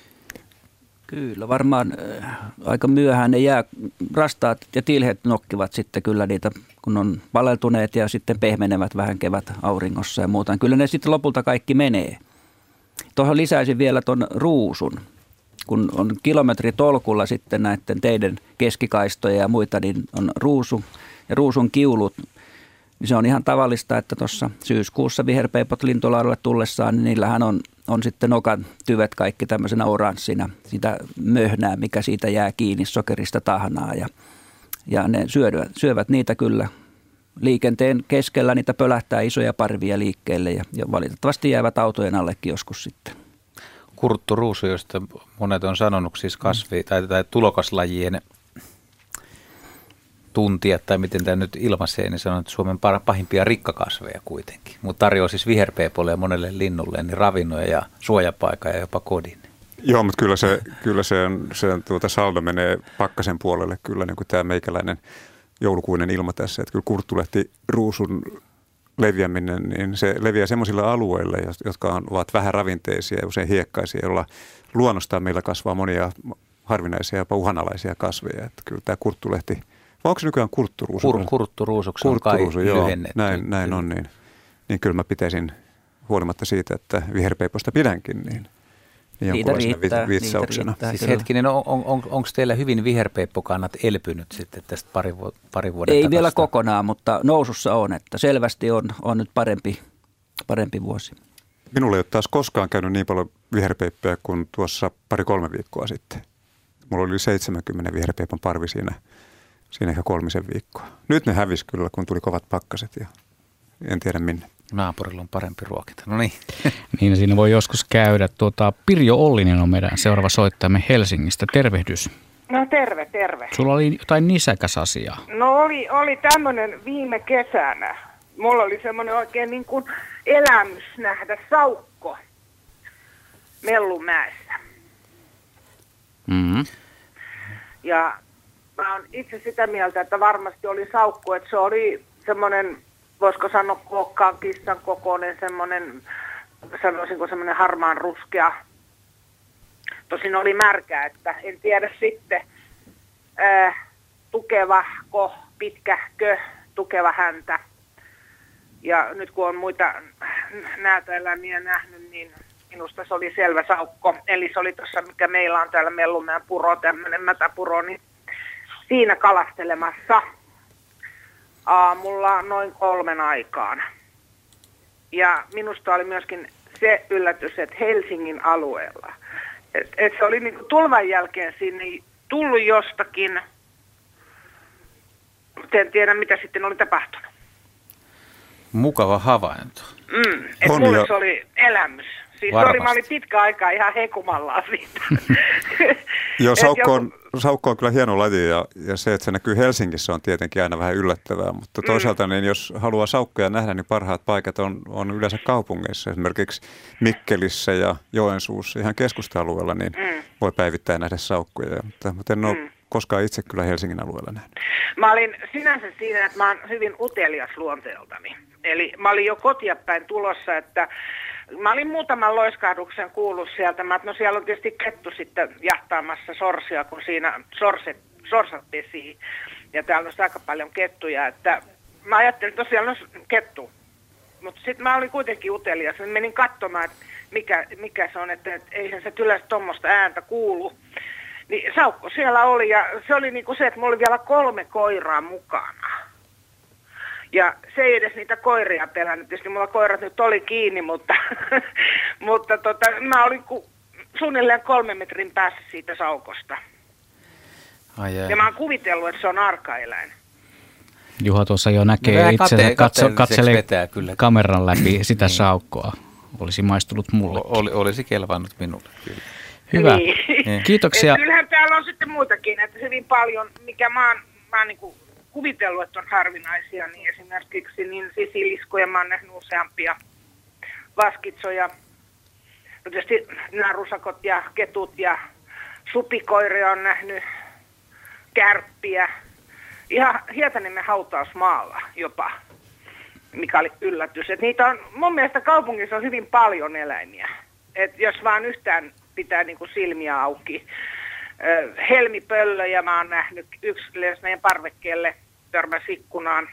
Kyllä, varmaan äh, aika myöhään ne jää. Rastaat ja tilhet nokkivat sitten kyllä niitä, kun on valeltuneet ja sitten pehmenevät vähän kevät auringossa ja muuta. Kyllä ne sitten lopulta kaikki menee. Tuohon lisäisin vielä tuon ruusun. Kun on kilometritolkulla sitten näiden teiden keskikaistoja ja muita, niin on ruusu ja ruusun kiulut. Niin se on ihan tavallista, että tuossa syyskuussa viherpeipot lintulaudalle tullessaan, niin niillähän on, on sitten nokan tyvet kaikki tämmöisenä oranssina. Sitä möhnää, mikä siitä jää kiinni, sokerista tahnaa ja, ja ne syövät, syövät niitä kyllä. Liikenteen keskellä niitä pölähtää isoja parvia liikkeelle ja, ja valitettavasti jäävät autojen allekin joskus sitten. Kurtturuusu, josta monet on sanonut siis kasvi- tai, tai tulokaslajien tuntijat, tai miten tämä nyt ilmaisee, niin sanoo, että Suomen pahimpia rikkakasveja kuitenkin. Mutta tarjoaa siis viherpeipolle ja monelle linnulle niin ravinnoja ja suojapaikan ja jopa kodin. Joo, mutta kyllä se, kyllä se, on, se on, tuota saldo menee pakkasen puolelle, kyllä niin kuin tämä meikäläinen joulukuinen ilma tässä. Että kyllä kurttulehti ruusun leviäminen, niin se leviää semmoisille alueille, jotka on, ovat vähän ravinteisia ja usein hiekkaisia, joilla luonnostaan meillä kasvaa monia harvinaisia ja jopa uhanalaisia kasveja. Että kyllä tämä kurttulehti, vai onko se nykyään kurtturuusu? Kur, kurtturuusuksi on kai lyhennetty. Näin, näin on, niin, niin kyllä mä pitäisin huolimatta siitä, että viherpeiposta pidänkin, niin niitä riittää, vitsauksena. Niitä riittää, siis hetkinen, on, on, on, onko teillä hyvin viherpeippokannat elpynyt sitten tästä pari, vu, pari vuoden Ei takasta? vielä kokonaan, mutta nousussa on, että selvästi on, on nyt parempi, parempi vuosi. Minulla ei ole taas koskaan käynyt niin paljon viherpeippoja kuin tuossa pari-kolme viikkoa sitten. Mulla oli seitsemänkymmentä viherpeipon parvi siinä, siinä ehkä kolmisen viikkoa. Nyt ne hävisi kyllä, kun tuli kovat pakkaset ja en tiedä minne. Naapurilla on parempi ruokita. No niin. Niin siinä voi joskus käydä. Tuota, Pirjo Ollinen on meidän seuraava soittajamme Helsingistä. Tervehdys. No terve, terve. Sulla oli jotain nisäkäs asiaa. No oli, oli tämmöinen viime kesänä. Mulla oli semmoinen oikein niin kuin elämys nähdä saukko Mellumäessä. Mm-hmm. Ja mä oon itse sitä mieltä, että varmasti oli saukko, että se oli semmoinen, voisiko sanoa kuokkaan kissan kokoinen, semmoinen, sanoisinko semmoinen harmaan ruskea. Tosin oli märkä, että en tiedä sitten, äh, tukevahko, pitkähkö, tukeva häntä. Ja nyt kun on muita näätäeläimiä nähnyt, niin minusta se oli selvä saukko. Eli se oli tuossa, mikä meillä on täällä Mellumäen puro, tämmöinen mätäpuro, niin siinä kalastelemassa aamulla noin kolmen aikaan. Ja minusta oli myöskin se yllätys, että Helsingin alueella, että et se oli niinku tulvan jälkeen sinne tullut jostakin, mutta en tiedä mitä sitten oli tapahtunut. Mukava havainto. Mm, että mulle se oli elämys. Siis Varmasti. oli, mä olin pitkä aikaa ihan hekumallaan siitä. Joo, saukko on, saukko on kyllä hieno laji ja, ja se, että se näkyy Helsingissä on tietenkin aina vähän yllättävää, mutta toisaalta niin jos haluaa saukkoja nähdä, niin parhaat paikat on, on yleensä kaupungeissa, esimerkiksi Mikkelissä ja Joensuussa ihan keskusta-alueella, niin mm. voi päivittäin nähdä saukkoja, mutta, mutta en ole mm. koskaan itse kyllä Helsingin alueella nähnyt. Mä olin sinänsä siinä, että mä oon hyvin utelias luonteeltani. Eli mä olin jo kotia päin tulossa, että mä olin muutaman loiskahduksen kuullut sieltä. Mä, no siellä on tietysti kettu sitten jahtaamassa sorsia, kun siinä sorset, sorsat pesii. Ja täällä on aika paljon kettuja, että mä ajattelin, että tosiaan on kettu. Mutta sitten mä olin kuitenkin utelias. Mä menin katsomaan, että mikä, mikä se on, että, että eihän se kyllä tuommoista ääntä kuulu. Niin saukko siellä oli ja se oli niinku se, että mulla oli vielä kolme koiraa mukana. Ja se ei edes niitä koiria pelännyt. Tietysti mulla koirat nyt oli kiinni, mutta, mutta tota, mä olin ku, suunnilleen kolmen metrin päässä siitä saukosta. Ai ja mä oon kuvitellut, että se on arkaeläin. Juha tuossa jo näkee no, itsensä, kate, katso, katselee vetää, kyllä. kameran läpi sitä niin. saukkoa. Olisi maistunut mulle. Ol, olisi kelvannut minulle, kyllä. Hyvä. Niin. Kiitoksia. Et kyllähän täällä on sitten muitakin, että hyvin paljon, mikä mä oon, mä oon niin kuin kuvitellut, että on harvinaisia, niin esimerkiksi niin sisiliskoja mä oon nähnyt useampia, vaskitsoja, no tietysti nämä rusakot ja ketut ja supikoiria on nähnyt, kärppiä, ihan Hietaniemen hautausmaalla jopa, mikä oli yllätys. Et niitä on, mun mielestä kaupungissa on hyvin paljon eläimiä, et jos vaan yhtään pitää niinku silmiä auki. Helmipöllöjä mä oon nähnyt, yksi meidän parvekkeelle törmäsi ikkunaan.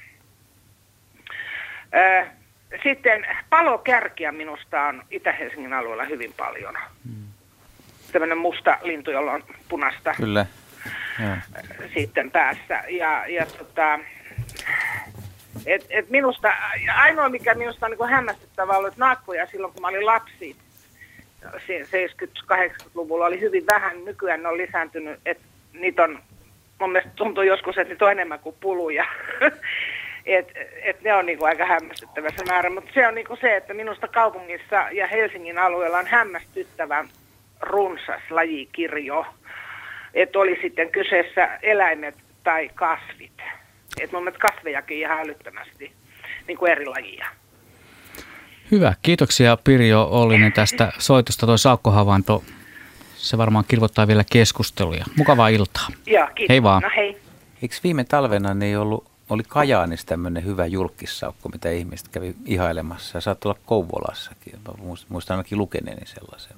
Sitten palokärkiä minusta on Itä-Helsingin alueella hyvin paljon. Hmm. Tämmöinen musta lintu, jolla on punaista Kyllä. Ja. sitten päässä. Ja, ja tota, et, et minusta, ainoa mikä minusta on niin kuin hämmästyttävää ollut, että naakkoja silloin kun mä olin lapsi, seitsemänkymmentä-kahdeksankymmentäluvulla oli hyvin vähän, nykyään ne on lisääntynyt, että niitä on, mun mielestä tuntuu joskus, että niitä on enemmän kuin puluja, että et ne on niinku aika hämmästyttävä se määrä, mutta se on niinku se, että minusta kaupungissa ja Helsingin alueella on hämmästyttävän runsas lajikirjo, että oli sitten kyseessä eläimet tai kasvit, että mun mielestä kasvejakin ihan älyttömästi, niin kuin eri lajia. Hyvä. Kiitoksia Pirjo Ollinen tästä soitosta. Tuo saukkohavainto, se varmaan kirvoittaa vielä keskusteluja. Mukavaa iltaa. Joo, kiitos. Hei vaan. No hei. Eikö viime talvena niin ollut, oli Kajaanissa tämmöinen hyvä julkissaukko, mitä ihmiset kävi ihailemassa. Ja saattoi olla Kouvolassakin. Muistan ainakin lukeneeni sellaisen.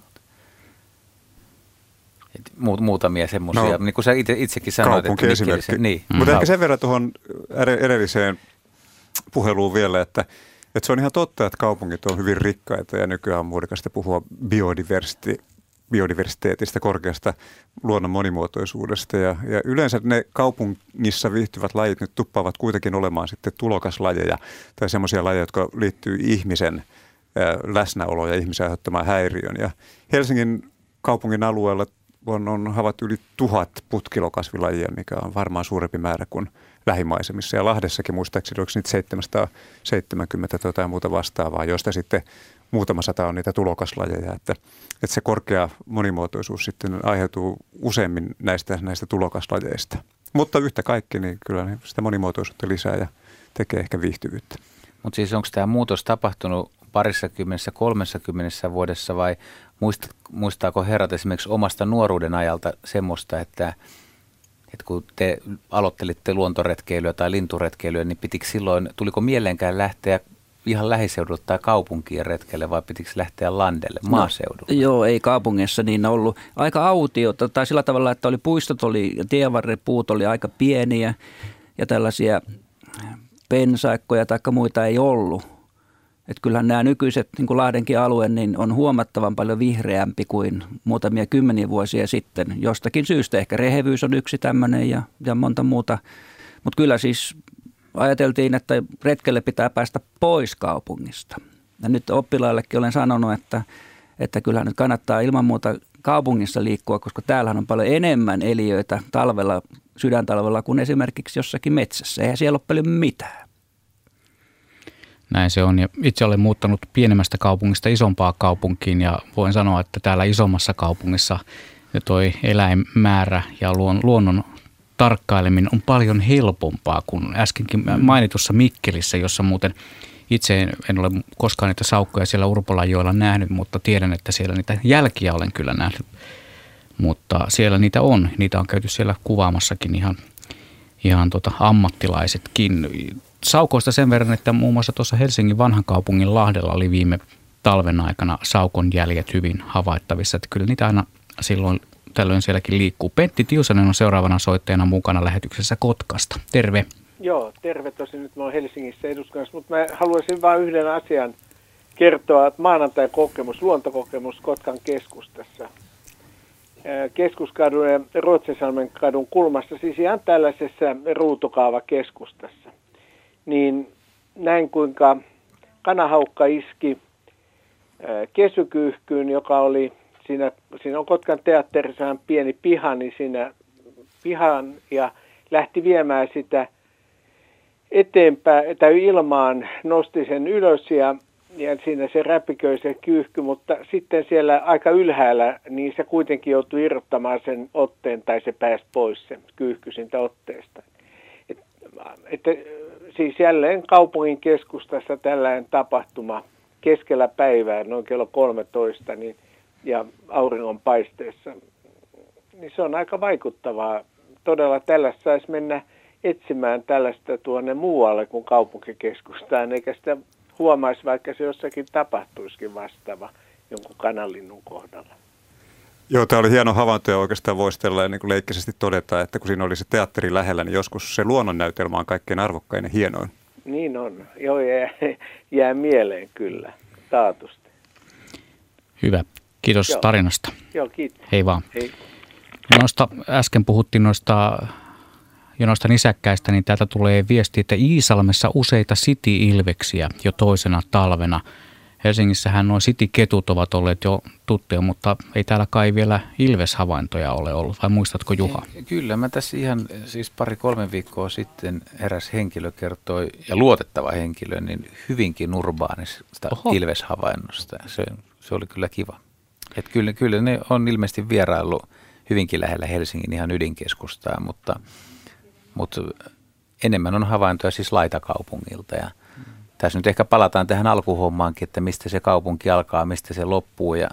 Muutamia semmoisia, no, niin kuin sä itse, itsekin sanoit. Kaupunkiesimerkki. Niin. Mm. Mutta ehkä sen verran tuohon edelliseen puheluun vielä, että Että se on ihan totta, että kaupungit on hyvin rikkaita ja nykyään on muodikasta puhua biodiversite- biodiversiteetistä, korkeasta luonnon monimuotoisuudesta. Ja, ja yleensä ne kaupungissa viihtyvät lajit nyt tuppaavat kuitenkin olemaan sitten tulokaslajeja tai semmoisia lajeja, jotka liittyy ihmisen läsnäoloon ja ihmisen aiheuttamaan häiriön. Ja Helsingin kaupungin alueella on, on havaittu yli tuhat putkilokasvilajia, mikä on varmaan suurempi määrä kuin lähimaisemissa. Ja Lahdessakin muistaakseni oliko niitä seitsemänsataaseitsemänkymmentä tai jotain muuta vastaavaa, joista sitten muutama sata on niitä tulokaslajeja. Että, että se korkea monimuotoisuus sitten aiheutuu useimmin näistä, näistä tulokaslajeista. Mutta yhtä kaikki, niin kyllä sitä monimuotoisuutta lisää ja tekee ehkä viihtyvyyttä. Mutta siis onko tämä muutos tapahtunut parissa kymmenessä, kolmessa kymmenessä vuodessa vai muistaako herrat esimerkiksi omasta nuoruuden ajalta semmoista, että että kun te aloittelitte luontoretkeilyä tai linturetkeilyä, niin pitikö silloin, tuliko mieleenkään lähteä ihan lähiseudulta tai kaupunkien retkelle vai pitikö lähteä landelle, maaseudulle? No, joo, ei kaupungissa niin ollut. Aika autiota tai sillä tavalla, että oli puistot oli ja tienvarrepuut oli aika pieniä ja tällaisia pensaikkoja tai muita ei ollut. Että kyllähän nämä nykyiset, niin kuin Lahdenkin alue, niin on huomattavan paljon vihreämpi kuin muutamia kymmeniä vuosia sitten. Jostakin syystä ehkä rehevyys on yksi tämmöinen ja, ja monta muuta. Mutta kyllä siis ajateltiin, että retkelle pitää päästä pois kaupungista. Ja nyt oppilaillekin olen sanonut, että, että kyllähän nyt kannattaa ilman muuta kaupungissa liikkua, koska täällähän on paljon enemmän eliöitä talvella, sydäntalvella kuin esimerkiksi jossakin metsässä. Eihän siellä ole paljon mitään. Näin se on. Ja itse olen muuttanut pienemmästä kaupungista isompaan kaupunkiin ja voin sanoa, että täällä isommassa kaupungissa toi eläinmäärä ja luonnon tarkkaileminen on paljon helpompaa kuin äskenkin mainitussa Mikkelissä, jossa muuten itse en ole koskaan niitä saukkoja siellä Urpolanjoella nähnyt, mutta tiedän, että siellä niitä jälkiä olen kyllä nähnyt mutta siellä niitä on. Niitä on käyty siellä kuvaamassakin ihan, ihan tota ammattilaisetkin. Saukoista sen verran, että muun muassa tuossa Helsingin vanhan kaupungin Lahdella oli viime talven aikana saukon jäljet hyvin havaittavissa. Että kyllä niitä aina silloin tällöin sielläkin liikkuu. Pentti Tiusanen on seuraavana soittajana mukana lähetyksessä Kotkasta. Terve. Joo, terve. Tosin nyt mä oon Helsingissä eduskunnassa, mutta mä haluaisin vain yhden asian kertoa. Maanantain kokemus, luontokokemus Kotkan keskustassa. Keskuskadun ja Ruotsinsalmen kadun kulmassa, siis ihan tällaisessa ruutukaavakeskustassa. Niin näin kuinka kanahaukka iski kesykyyhkyyn, joka oli siinä, siinä on Kotkan teatterissa pieni piha, niin siinä pihan ja lähti viemään sitä eteenpäin tai ilmaan, nosti sen ylös ja, ja siinä se räpiköi se kyyhky, mutta sitten siellä aika ylhäällä, niin se kuitenkin joutui irrottamaan sen otteen tai se pääsi pois se kyyhky siitä otteesta. Et, että, siis jälleen kaupungin keskustassa tällainen tapahtuma keskellä päivää, noin kello kolmetoista, niin, ja auringon paisteessa, niin se on aika vaikuttavaa. Todella tällaista saisi mennä etsimään tällaista tuonne muualle kuin kaupunkikeskustaan, eikä sitä huomaisi, vaikka se jossakin tapahtuisikin vastaava jonkun kananlinnun kohdalla. Joo, tämä oli hieno havainto ja oikeastaan voisi tällä niin kuin leikkisesti todeta, että kun siinä oli se teatteri lähellä, niin joskus se luonnonnäytelmä on kaikkein arvokkain ja hienoin. Niin on. Joo, jää, jää mieleen kyllä, taatusti. Hyvä. Kiitos Joo. tarinasta. Joo, kiitos. Hei vaan. Hei. Noista, äsken puhuttiin noista, jo noista nisäkkäistä, niin täältä tulee viesti, että Iisalmessa useita siti-ilveksiä jo toisena talvena. Helsingissähän nuo siti-ketut ovat olleet jo tuttuja, mutta ei täällä kai vielä ilveshavaintoja ole ollut, vai muistatko Juha? Kyllä, mä tässä ihan siis pari-kolme viikkoa sitten eräs henkilö kertoi, ja luotettava henkilö, niin hyvinkin urbaanista Oho. ilveshavainnosta. Se, se oli kyllä kiva. Että kyllä, kyllä ne on ilmeisesti vieraillut hyvinkin lähellä Helsingin ihan ydinkeskustaa, mutta, mutta enemmän on havaintoja siis laitakaupungilta. Ja mm. tässä nyt ehkä palataan tähän alkuhommaankin, että mistä se kaupunki alkaa, mistä se loppuu. Ja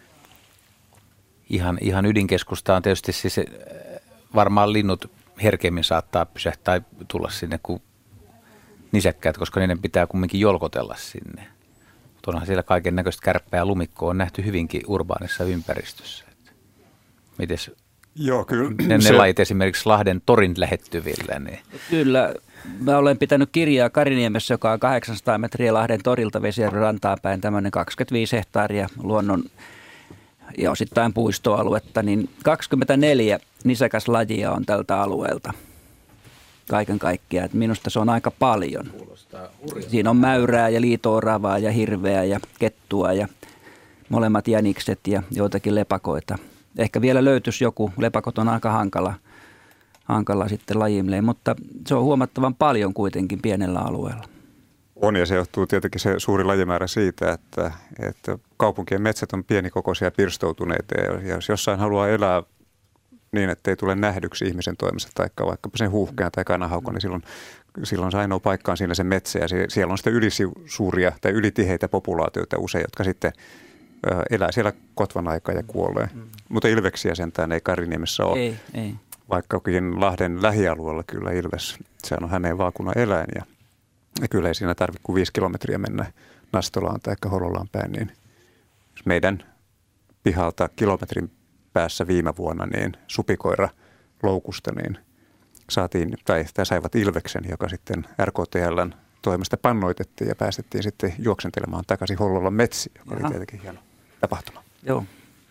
ihan, ihan ydinkeskusta on tietysti siis varmaan linnut herkemmin saattaa pysähtää tai tulla sinne kuin nisäkkäät, koska niiden pitää kumminkin jolkotella sinne. Mutta onhan siellä kaiken näköistä kärppää ja lumikkoa on nähty hyvinkin urbaanissa ympäristössä. Mites Joo, kyllä. Ne, ne se... lajit esimerkiksi Lahden torin lähettyvillä. Niin. Kyllä. Mä olen pitänyt kirjaa Kariniemessä, joka on kahdeksansataa metriä Lahden torilta Vesijärven rantaan päin, tämmöinen kaksikymmentäviisi hehtaaria luonnon ja osittain puistoaluetta, niin kaksikymmentäneljä nisäkäslajia on tältä alueelta kaiken kaikkiaan. Et minusta se on aika paljon. Siinä on mäyrää ja liito-oravaa ja hirveää ja kettua ja molemmat jänikset ja joitakin lepakoita. Ehkä vielä löytyisi joku, lepakot on aika hankala, hankala sitten lajimleen, mutta se on huomattavan paljon kuitenkin pienellä alueella. On, ja se johtuu tietenkin se suuri lajimäärä siitä, että, että kaupunkien metsät on pienikokoisia ja pirstoutuneita, ja jos jossain haluaa elää niin, että ei tule nähdyksi ihmisen toimesta, tai vaikkapa sen huuhkean tai kanahaukon, niin silloin, silloin se ainoa paikka on siinä se metsä, ja siellä on sitten ylisuuria tai ylitiheitä populaatioita usein, jotka sitten elää siellä kotvan aikaa ja kuolee. Mm. Mutta ilveksiä sentään ei Kariniemessä ole. Ei, ei. Vaikkakin Lahden lähialueella kyllä ilves. Sehän on Hämeen vaakunan eläin ja, ja kyllä ei siinä tarvitse kuin viisi kilometriä mennä Nastolaan tai Hololaan päin. Niin meidän pihalta kilometrin päässä viime vuonna niin supikoira loukusta niin saatiin, tai, tai saivat ilveksen, joka sitten R K T L:n toimesta pannoitettiin ja päästettiin sitten juoksentelemaan takaisin Hollolan metsiin, joka Jaha. oli tietenkin hieno tapahtuma. Joo.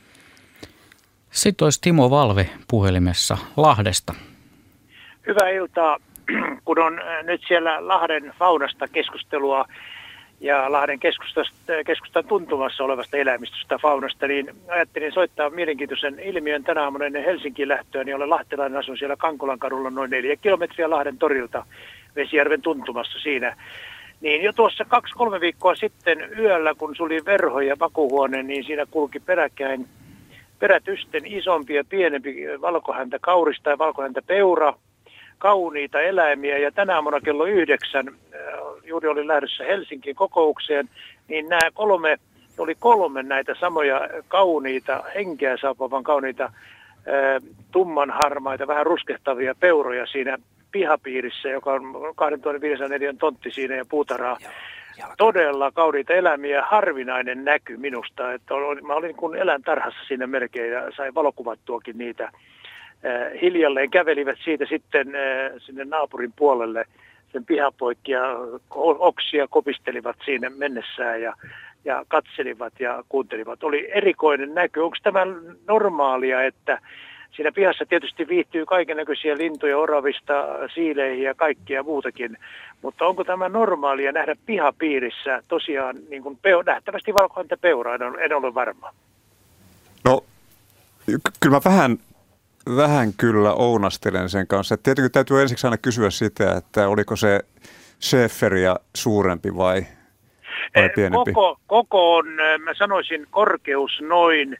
Sitten olisi Timo Valve puhelimessa Lahdesta. Hyvää iltaa. Kun on nyt siellä Lahden faunasta keskustelua ja Lahden keskustan tuntumassa olevasta eläimistöstä faunasta, niin ajattelin soittaa mielenkiintoisen ilmiön tänä aamuna ennen Helsinkiin lähtöä, niin olen lahtelainen, asun siellä Kankolan kadulla noin neljä kilometriä Lahden torilta Vesijärven tuntumassa siinä. Niin jo tuossa kaksi-kolme viikkoa sitten yöllä, kun suli verho ja makuuhuone, niin siinä kulki peräkkäin perätysten isompi ja pienempi valkohäntä kaurista ja valkohäntä peura, kauniita eläimiä. Ja tänä aamuna kello yhdeksän, juuri olin lähdössä Helsinkiin kokoukseen, niin nämä kolme, oli kolme näitä samoja kauniita, henkeä saapuvan kauniita tumman harmaita, vähän ruskehtavia peuroja siinä pihapiirissä, joka on kaksituhattaviisisataa neliön tontti siinä ja puutarhaa. Todella kauniita eläimiä, harvinainen näky minusta. Että oli, mä olin kun eläintarhassa siinä melkein ja sain valokuvattuakin niitä. Äh, hiljalleen kävelivät siitä sitten äh, sinne naapurin puolelle sen pihapoikki ja oksia kopistelivat siinä mennessään ja, ja katselivat ja kuuntelivat. Oli erikoinen näky. Onko tämä normaalia, että siinä pihassa tietysti viihtyy kaikennäköisiä lintuja, oravista, siileihin ja kaikkia muutakin, mutta onko tämä normaalia nähdä pihapiirissä tosiaan niin kuin peo, nähtävästi valkohäntäpeuraa, en, en ole varma. No, kyllä mä vähän, vähän kyllä ounastelen sen kanssa. Et tietenkin täytyy ensiksi aina kysyä sitä, että oliko se schäferia suurempi vai, vai pienempi? Koko, koko on, mä sanoisin, korkeus noin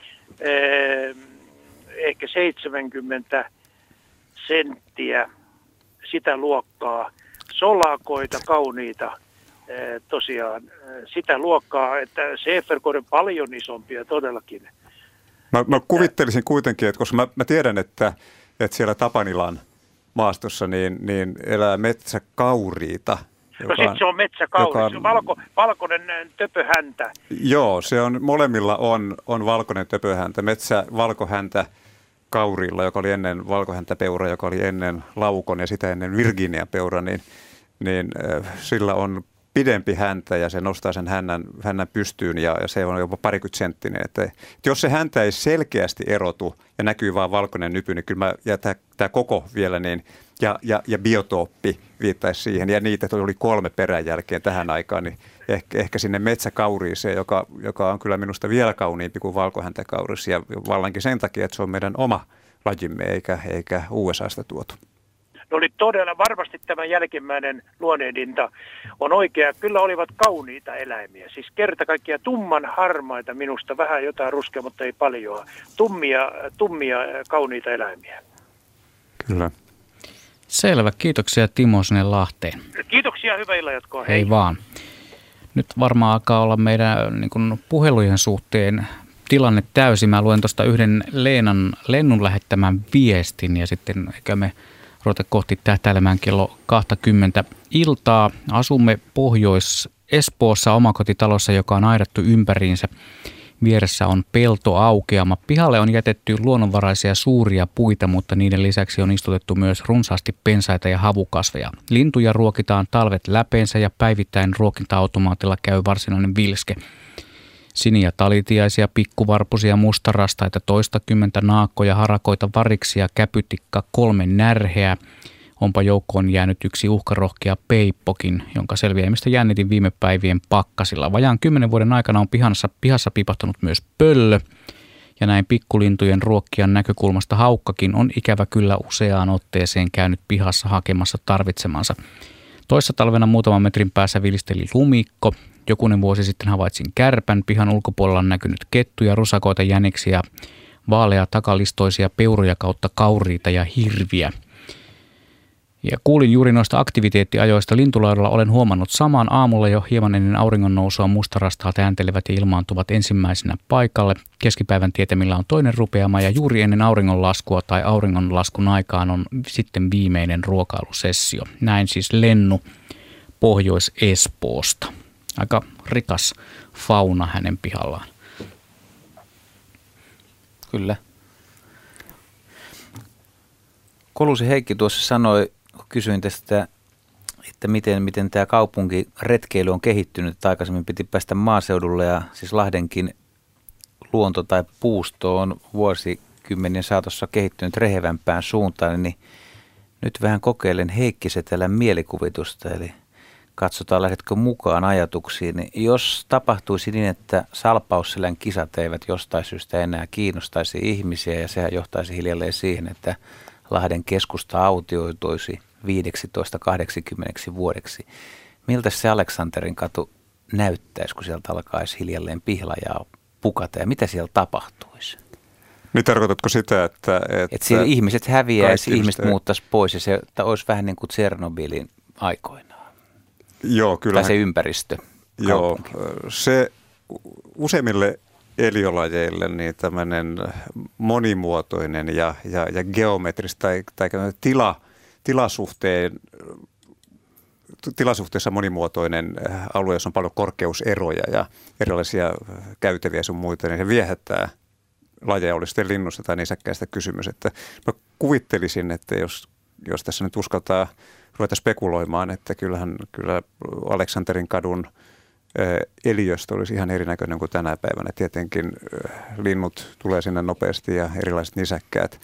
eh, ehkä seitsemänkymmentä senttiä, sitä luokkaa, solakoita, kauniita, tosiaan sitä luokkaa, että schäferkoiden on paljon isompia todellakin. Mä, mä kuvittelisin kuitenkin, että koska mä, mä tiedän, että, että siellä Tapanilan maastossa niin, niin elää metsäkauriita. No sitten se on metsäkauri, on, se on valko, valkoinen töpöhäntä. Joo, se on, molemmilla on, on valkoinen töpöhäntä, metsävalkohäntä kaurilla, joka oli ennen valkohäntäpeura, joka oli ennen laukon ja sitä ennen Virginia-peura, niin, niin äh, sillä on pidempi häntä ja se nostaa sen hännän, hännän pystyyn ja, ja se on jopa parikymmentä senttinen. Että, että jos se häntä ei selkeästi erotu ja näkyy vaan valkoinen nypy, niin kyllä mä, ja tämä koko vielä niin, ja, ja, ja biotooppi viittaisi siihen ja niitä oli kolme perän jälkeen tähän aikaan, niin ehkä, ehkä sinne metsäkauriiseen, joka, joka on kyllä minusta vielä kauniimpi kuin valkohäntäkauris ja vallankin sen takia, että se on meidän oma lajimme eikä, eikä U S A:sta tuotu. No oli todella, varmasti tämä jälkimmäinen luonnehdinta on oikea. Kyllä olivat kauniita eläimiä. Siis kerta kaikkiaan tumman harmaita minusta, vähän jotain ruskea, mutta ei paljon. Tummia, tummia kauniita eläimiä. Kyllä. Selvä. Kiitoksia Timo sinne Lahteen. Kiitoksia, hyvää illanjatkoa. Hei. Hei vaan. Nyt varmaan alkaa olla meidän niin kuin puhelujen suhteen tilanne täysin. Mä luen tuosta yhden Leenan Lennun lähettämän viestin ja sitten eikä me ruveta kohti tähtäilemään kello kaksikymmentä iltaa. Asumme Pohjois-Espoossa omakotitalossa, joka on aidattu ympäriinsä. Vieressä on peltoaukeama. Pihalle on jätetty luonnonvaraisia suuria puita, mutta niiden lisäksi on istutettu myös runsaasti pensaita ja havukasveja. Lintuja ruokitaan talvet läpeensä ja päivittäin ruokinta-automaatilla käy varsinainen vilske. Sini- ja talitiaisia, pikkuvarpusia, mustarastaita, toistakymmentä naakkoja, harakoita, variksia, käpytikka, kolme närheä. Onpa joukkoon jäänyt yksi uhkarohkea peippokin, jonka selviämistä jännitin viime päivien pakkasilla. Vajaan kymmenen vuoden aikana on pihassa, pihassa pipahtanut myös pöllö. Ja näin pikkulintujen ruokkijan näkökulmasta haukkakin on ikävä kyllä useaan otteeseen käynyt pihassa hakemassa tarvitsemansa. Toissa talvena muutaman metrin päässä vilisteli lumikko. Jokunen vuosi sitten havaitsin kärpän. Pihan ulkopuolella on näkynyt kettuja, rusakoita, jäniksiä, vaalea takalistoisia peuroja kautta kauriita ja hirviä. Ja kuulin juuri noista aktiviteettiajoista lintulaudalla, olen huomannut samaan aamulla jo hieman ennen auringon nousua mustarastaat ääntelevät ja ilmaantuvat ensimmäisenä paikalle. Keskipäivän tietämillä on toinen rupeama ja juuri ennen auringonlaskua tai auringonlaskun aikaan on sitten viimeinen ruokailusessio. Näin siis Lennu Pohjois-Espoosta. Aika rikas fauna hänen pihallaan. Kyllä. Kolusi Heikki tuossa sanoi, kun kysyin tästä, että miten, miten tämä kaupunkiretkeily on kehittynyt, että aikaisemmin piti päästä maaseudulle ja siis Lahdenkin luonto tai puusto on vuosikymmenien saatossa kehittynyt rehevämpään suuntaan, niin nyt vähän kokeilen Heikki Setälän mielikuvitusta, eli katsotaan lähdetkö mukaan ajatuksiin. Niin jos tapahtuisi niin, että Salpausselän kisat eivät jostain syystä enää kiinnostaisi ihmisiä ja sehän johtaisi hiljalleen siihen, että Lahden keskusta autioituisi viisitoista kahdeksankymmentä vuodeksi. Miltä se Aleksanterin katu näyttäisi, kun sieltä alkaisi hiljalleen pihlajaa pukata ja mitä siellä tapahtuisi? Niin tarkoitatko sitä, että... Että, että siellä ihmiset häviäisi, ihmiset ei... muuttaisi pois ja se olisi vähän niin kuin Tsernobylin aikoinaan. Joo, kyllä. Tai se ympäristö. Joo, se useimmille eliölajeille niin tämmöinen monimuotoinen ja, ja, ja geometrista tai, tai tila, tilasuhteen, tilasuhteessa monimuotoinen alue, jossa on paljon korkeuseroja ja erilaisia käytäviä sun muita, niin se viehättää lajeja, oli sitten linnusta tai nisäkkäistä kysymys. Että mä kuvittelisin, että jos, jos tässä nyt uskaltaa ruveta spekuloimaan, että kyllähän kyllä Aleksanterin kadun eliöstö olisi ihan erinäköinen kuin tänä päivänä. Tietenkin linnut tulee sinne nopeasti ja erilaiset nisäkkäät.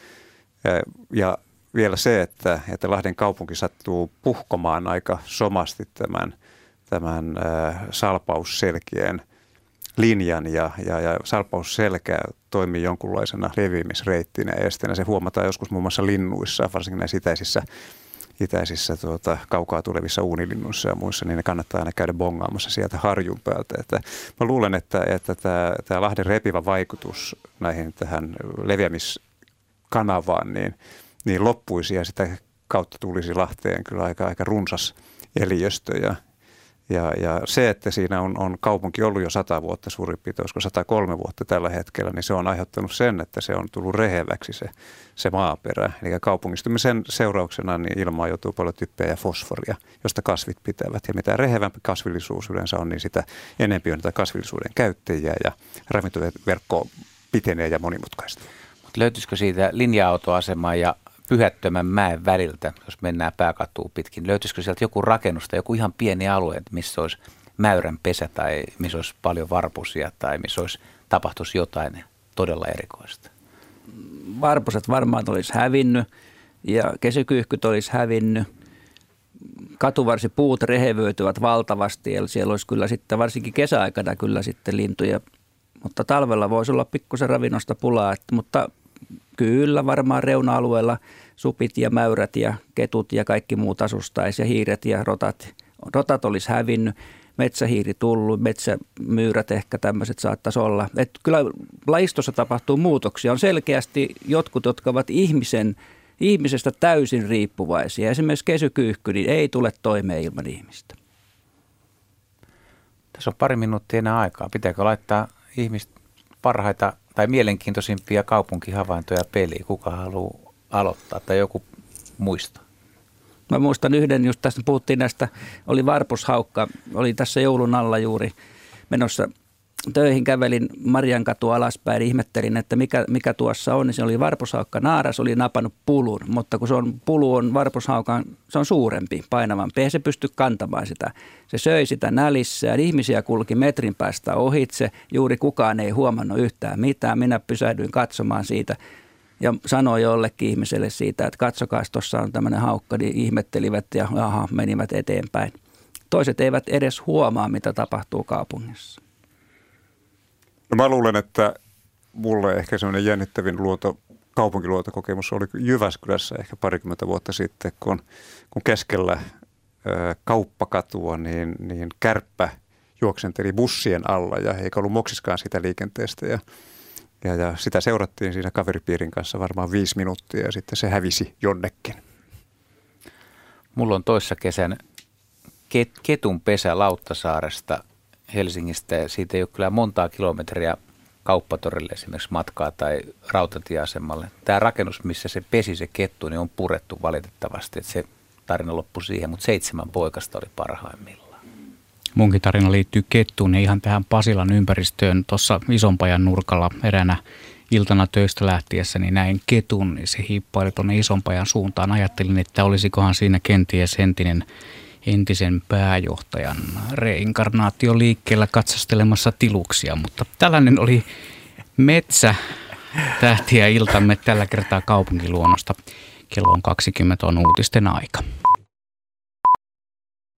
Ja vielä se, että, että Lahden kaupunki sattuu puhkomaan aika somasti tämän, tämän salpausselkien linjan ja, ja, ja salpausselkä toimii jonkunlaisena leviämisreittinä ja esteenä. Se huomataan joskus muun muassa linnuissa, varsinkin näissä itäisissä itäisissä tuota, kaukaa tulevissa uunilinnuissa ja muissa, niin ne kannattaa aina käydä bongaamassa sieltä harjun päältä. Että mä luulen, että, että tämä, tämä Lahden repivä vaikutus näihin tähän leviämiskanavaan niin, niin loppuisi ja sitä kautta tulisi Lahteen kyllä aika, aika runsas eliöstö. Ja, ja, ja se, että siinä on, on kaupunki ollut jo sata vuotta suurin piirtein, olisiko sata kolme vuotta tällä hetkellä, niin se on aiheuttanut sen, että se on tullut reheväksi se, se maaperä. Eli kaupungistumisen seurauksena niin ilmaan joutuu paljon typpeä ja fosforia, josta kasvit pitävät. Ja mitä rehevämpi kasvillisuus yleensä on, niin sitä enemmän on niitä kasvillisuuden käyttäjiä ja ravintoverkko pitenee ja monimutkaista. Mutta löytyisikö siitä linja-autoasemaa ja Pyhättömän mäen väliltä, jos mennään pääkatuun pitkin, löytyisikö sieltä joku rakennusta, joku ihan pieni alue, missä olisi mäyrän pesä tai missä olisi paljon varpusia tai missä olisi tapahtuisi jotain todella erikoista? Varpuset varmaan olisi hävinnyt ja kesykyyhkyt olisi hävinnyt. Katuvarsipuut rehevöityvät valtavasti ja siellä olisi kyllä sitten varsinkin kesäaikana kyllä sitten lintuja, mutta talvella voisi olla pikkusen ravinnosta pulaa, että, mutta kyllä varmaan reuna-alueella supit ja mäyrät ja ketut ja kaikki muut asustaisi ja hiiret ja rotat. Rotat olisi hävinnyt, metsähiiri tullut, metsämyyrät ehkä tämmöiset saattaisi olla. Että kyllä lajistossa tapahtuu muutoksia. On selkeästi jotkut, jotka ovat ihmisen, ihmisestä täysin riippuvaisia. Esimerkiksi kesykyyhky niin ei tule toimeen ilman ihmistä. Tässä on pari minuuttia enää aikaa. Pitääkö laittaa ihmistä parhaita tai mielenkiintoisimpia kaupunkihavaintoja peliin? Kuka haluaa aloittaa tai joku muistaa? Mä muistan yhden, just tästä puhuttiin näistä, oli varpushaukka, oli tässä joulun alla juuri menossa töihin, kävelin Mariankatua alaspäin, ihmettelin, että mikä, mikä tuossa on, niin se oli varpushaukka naaras, oli napannut pulun, mutta kun se on, pulu on varpushaukan, se on suurempi, painavampi, ei se pysty kantamaan sitä. Se söi sitä nälissään, ihmisiä kulki metrin päästä ohitse, juuri kukaan ei huomannut yhtään mitään, minä pysähdyin katsomaan siitä. Ja sanoi jollekin ihmiselle siitä, että katsokaa, tuossa on tämmöinen haukka, niin ihmettelivät ja aha, menivät eteenpäin. Toiset eivät edes huomaa, mitä tapahtuu kaupungissa. No mä luulen, että mulle ehkä semmoinen jännittävin luonto, kaupunkiluontokokemus oli Jyväskylässä ehkä parikymmentä vuotta sitten, kun, kun keskellä ö, kauppakatua niin, niin kärppä juoksenteli bussien alla ja eikä ollut moksiskaan sitä liikenteestä ja Ja, ja sitä seurattiin siinä kaveripiirin kanssa varmaan viisi minuuttia ja sitten se hävisi jonnekin. Mulla on toissa kesän ket, ketun pesä Lauttasaaresta Helsingistä ja siitä ei ole kyllä montaa kilometriä kauppatorille esimerkiksi matkaa tai rautatieasemalle. Tämä rakennus, missä se pesi se kettu, niin on purettu valitettavasti. Että se tarina loppui siihen, mutta seitsemän poikasta oli parhaimmillaan. Munkin tarina liittyy kettuun ja ihan tähän Pasilan ympäristöön. Tuossa Isonpajan nurkalla eräänä iltana töistä lähtiessä niin näin ketun, niin se hiippaili tuonne Isonpajan suuntaan. Ajattelin, että olisikohan siinä kenties entinen, entisen pääjohtajan reinkarnaatio liikkeellä katsastelemassa tiluksia. Mutta tällainen oli Metsä tähtiä iltamme tällä kertaa kaupunkiluonnosta. Kello on kaksikymmentä on uutisten aika.